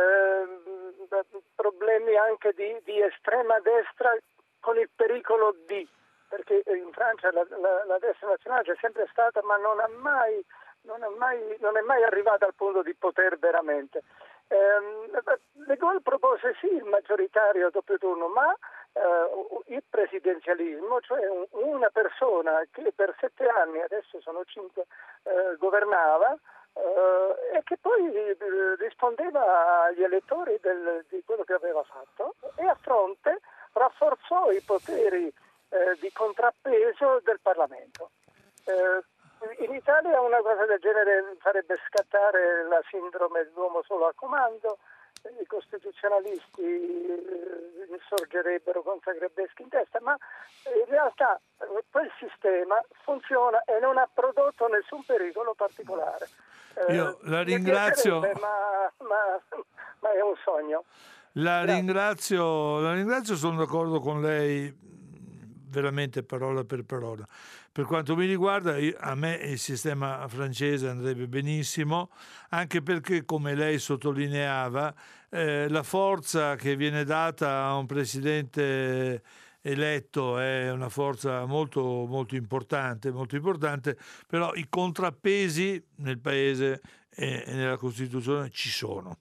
eh, problemi anche di, di estrema destra con il pericolo di, perché in Francia la, la, la destra nazionale c'è sempre stata, ma non ha mai, non è mai, non è mai arrivata al punto di poter veramente. Eh, De Gaulle propose sì il maggioritario a doppio turno, ma eh, il presidenzialismo, cioè un, una persona che per sette anni, adesso sono cinque, eh, governava eh, e che poi eh, rispondeva agli elettori del, di quello che aveva fatto, e a fronte rafforzò i poteri eh, di contrappeso del Parlamento. Eh, In Italia una cosa del genere farebbe scattare la sindrome dell'uomo solo a comando, i costituzionalisti insorgerebbero con Zagrebeschi in testa, ma in realtà quel sistema funziona e non ha prodotto nessun pericolo particolare. Io la ringrazio, ma, ma, ma è un sogno. La ringrazio, la ringrazio, sono d'accordo con lei veramente parola per parola. Per quanto mi riguarda, io, a me il sistema francese andrebbe benissimo, anche perché, come lei sottolineava, eh, la forza che viene data a un presidente eletto è una forza molto, molto importante, molto importante, però i contrappesi nel paese e, e nella Costituzione ci sono.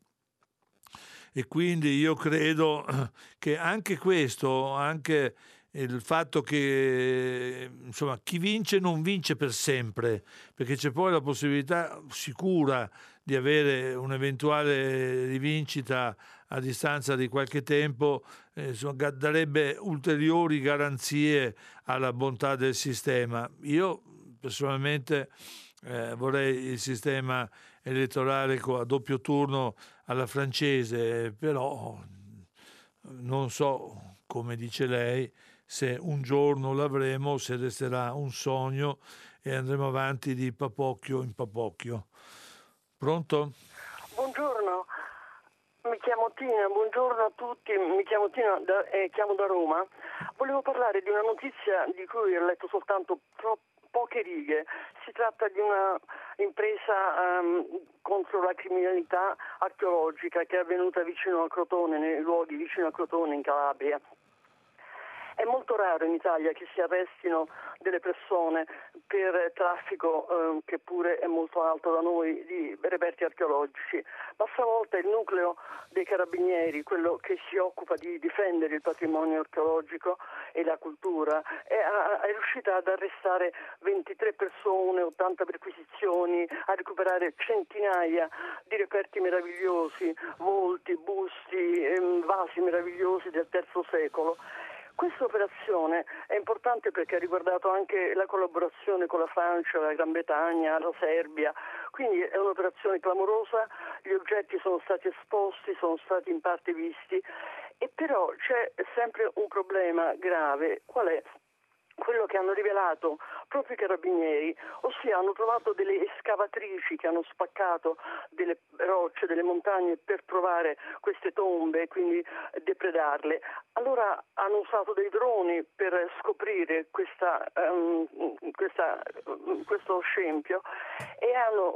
E quindi io credo che anche questo, anche il fatto che insomma chi vince non vince per sempre, perché c'è poi la possibilità sicura di avere un'eventuale rivincita a distanza di qualche tempo, eh, insomma, darebbe ulteriori garanzie alla bontà del sistema. Io personalmente eh, vorrei il sistema elettorale a doppio turno alla francese, però non so, come dice lei, se un giorno l'avremo, se resterà un sogno e andremo avanti di papocchio in papocchio. Pronto? Buongiorno, mi chiamo Tina, buongiorno a tutti, mi chiamo Tina da, eh, chiamo da Roma. Volevo parlare di una notizia di cui ho letto soltanto troppo poche righe. Si tratta di una impresa um, contro la criminalità archeologica che è avvenuta vicino a Crotone, nei luoghi vicino a Crotone in Calabria. È molto raro in Italia che si arrestino delle persone per traffico, eh, che pure è molto alto da noi, di reperti archeologici, ma stavolta il nucleo dei carabinieri, quello che si occupa di difendere il patrimonio archeologico e la cultura, è, è riuscita ad arrestare ventitré persone, ottanta perquisizioni, a recuperare centinaia di reperti meravigliosi, volti, busti, ehm, vasi meravigliosi del terzo secolo. Questa operazione è importante perché ha riguardato anche la collaborazione con la Francia, la Gran Bretagna, la Serbia, quindi è un'operazione clamorosa, gli oggetti sono stati esposti, sono stati in parte visti, e però c'è sempre un problema grave. Qual è? Quello che hanno rivelato proprio i carabinieri, ossia hanno trovato delle escavatrici che hanno spaccato delle rocce, delle montagne per trovare queste tombe, quindi depredarle. Allora hanno usato dei droni per scoprire questa, um, questa, um, questo scempio e hanno...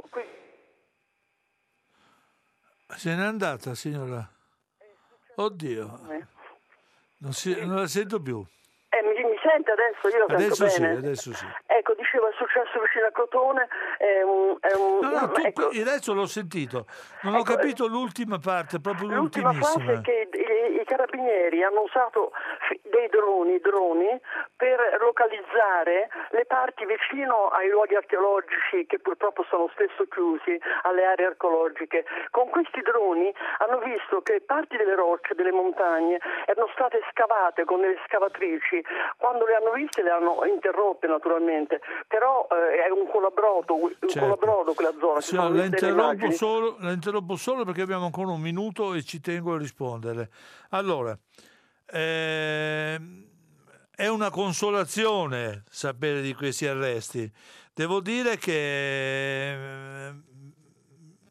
Se n'è andata, signora? Oddio, non, si, non la sento più. Eh, mi, mi sente adesso? Io la adesso sento sì, bene. adesso sì. Ecco, dicevo, è successo vicino a Crotone. È un, è un, no, no, tu, ecco, adesso l'ho sentito. Non ecco, ho capito l'ultima parte, proprio l'ultima l'ultimissima. fase è che i, i carabinieri hanno usato dei droni, droni per localizzare le parti vicino ai luoghi archeologici che purtroppo sono spesso chiusi, alle aree archeologiche. Con questi droni hanno visto che parti delle rocce, delle montagne erano state scavate con delle scavatrici. Quando le hanno viste le hanno interrotte naturalmente, però eh, è un collabrodo, un certo. collabrodo quella zona. Sì, la, interrompo solo, la interrompo solo perché abbiamo ancora un minuto e ci tengo a rispondere. Allora, eh, è una consolazione sapere di questi arresti. Devo dire che eh,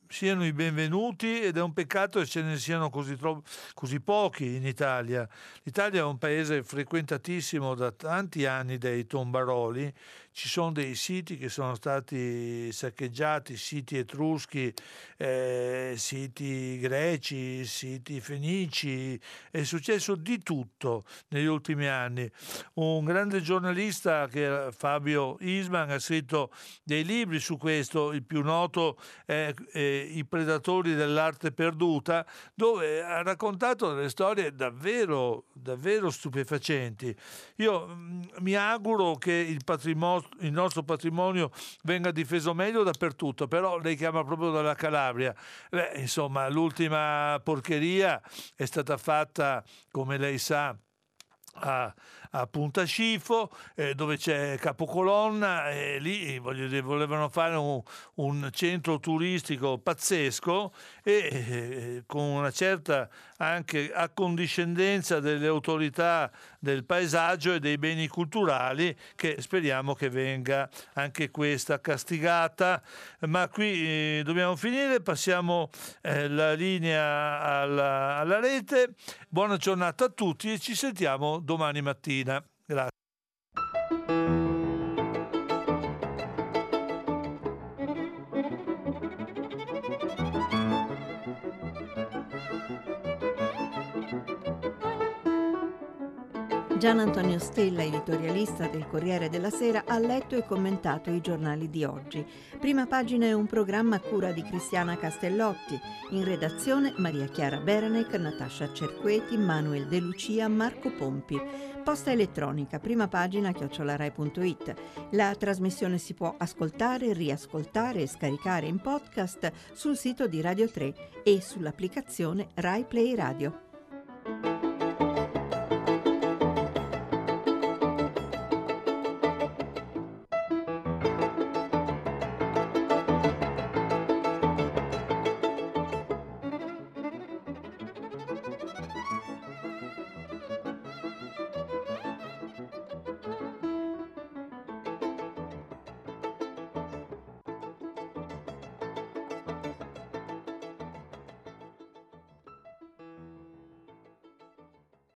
siano i benvenuti, ed è un peccato che ce ne siano così, tro- così pochi in Italia. L'Italia è un paese frequentatissimo da tanti anni dai tombaroli. Ci sono dei siti che sono stati saccheggiati, siti etruschi, eh, siti greci, siti fenici, è successo di tutto negli ultimi anni. Un grande giornalista, che era Fabio Isman, ha scritto dei libri su questo, il più noto è eh, I predatori dell'arte perduta, dove ha raccontato delle storie davvero, davvero stupefacenti. Io mh, mi auguro che il patrimonio il nostro patrimonio venga difeso meglio dappertutto, però lei chiama proprio dalla Calabria. Beh, insomma, l'ultima porcheria è stata fatta, come lei sa, a, a Punta Scifo, eh, dove c'è Capocolonna, e lì voglio dire, volevano fare un, un centro turistico pazzesco, e eh, con una certa anche accondiscendenza delle autorità del paesaggio e dei beni culturali, che speriamo che venga anche questa castigata. Ma qui eh, dobbiamo finire, passiamo eh, la linea alla, alla rete. Buona giornata a tutti e ci sentiamo domani mattina. Grazie. Gian Antonio Stella, editorialista del Corriere della Sera, ha letto e commentato i giornali di oggi. Prima Pagina è un programma a cura di Cristiana Castellotti. In redazione Maria Chiara Berenec, Natascia Cerqueti, Manuel De Lucia, Marco Pompi. Posta elettronica primapagina chiocciola rai punto it. La trasmissione si può ascoltare, riascoltare e scaricare in podcast sul sito di Radio tre e sull'applicazione Rai Play Radio.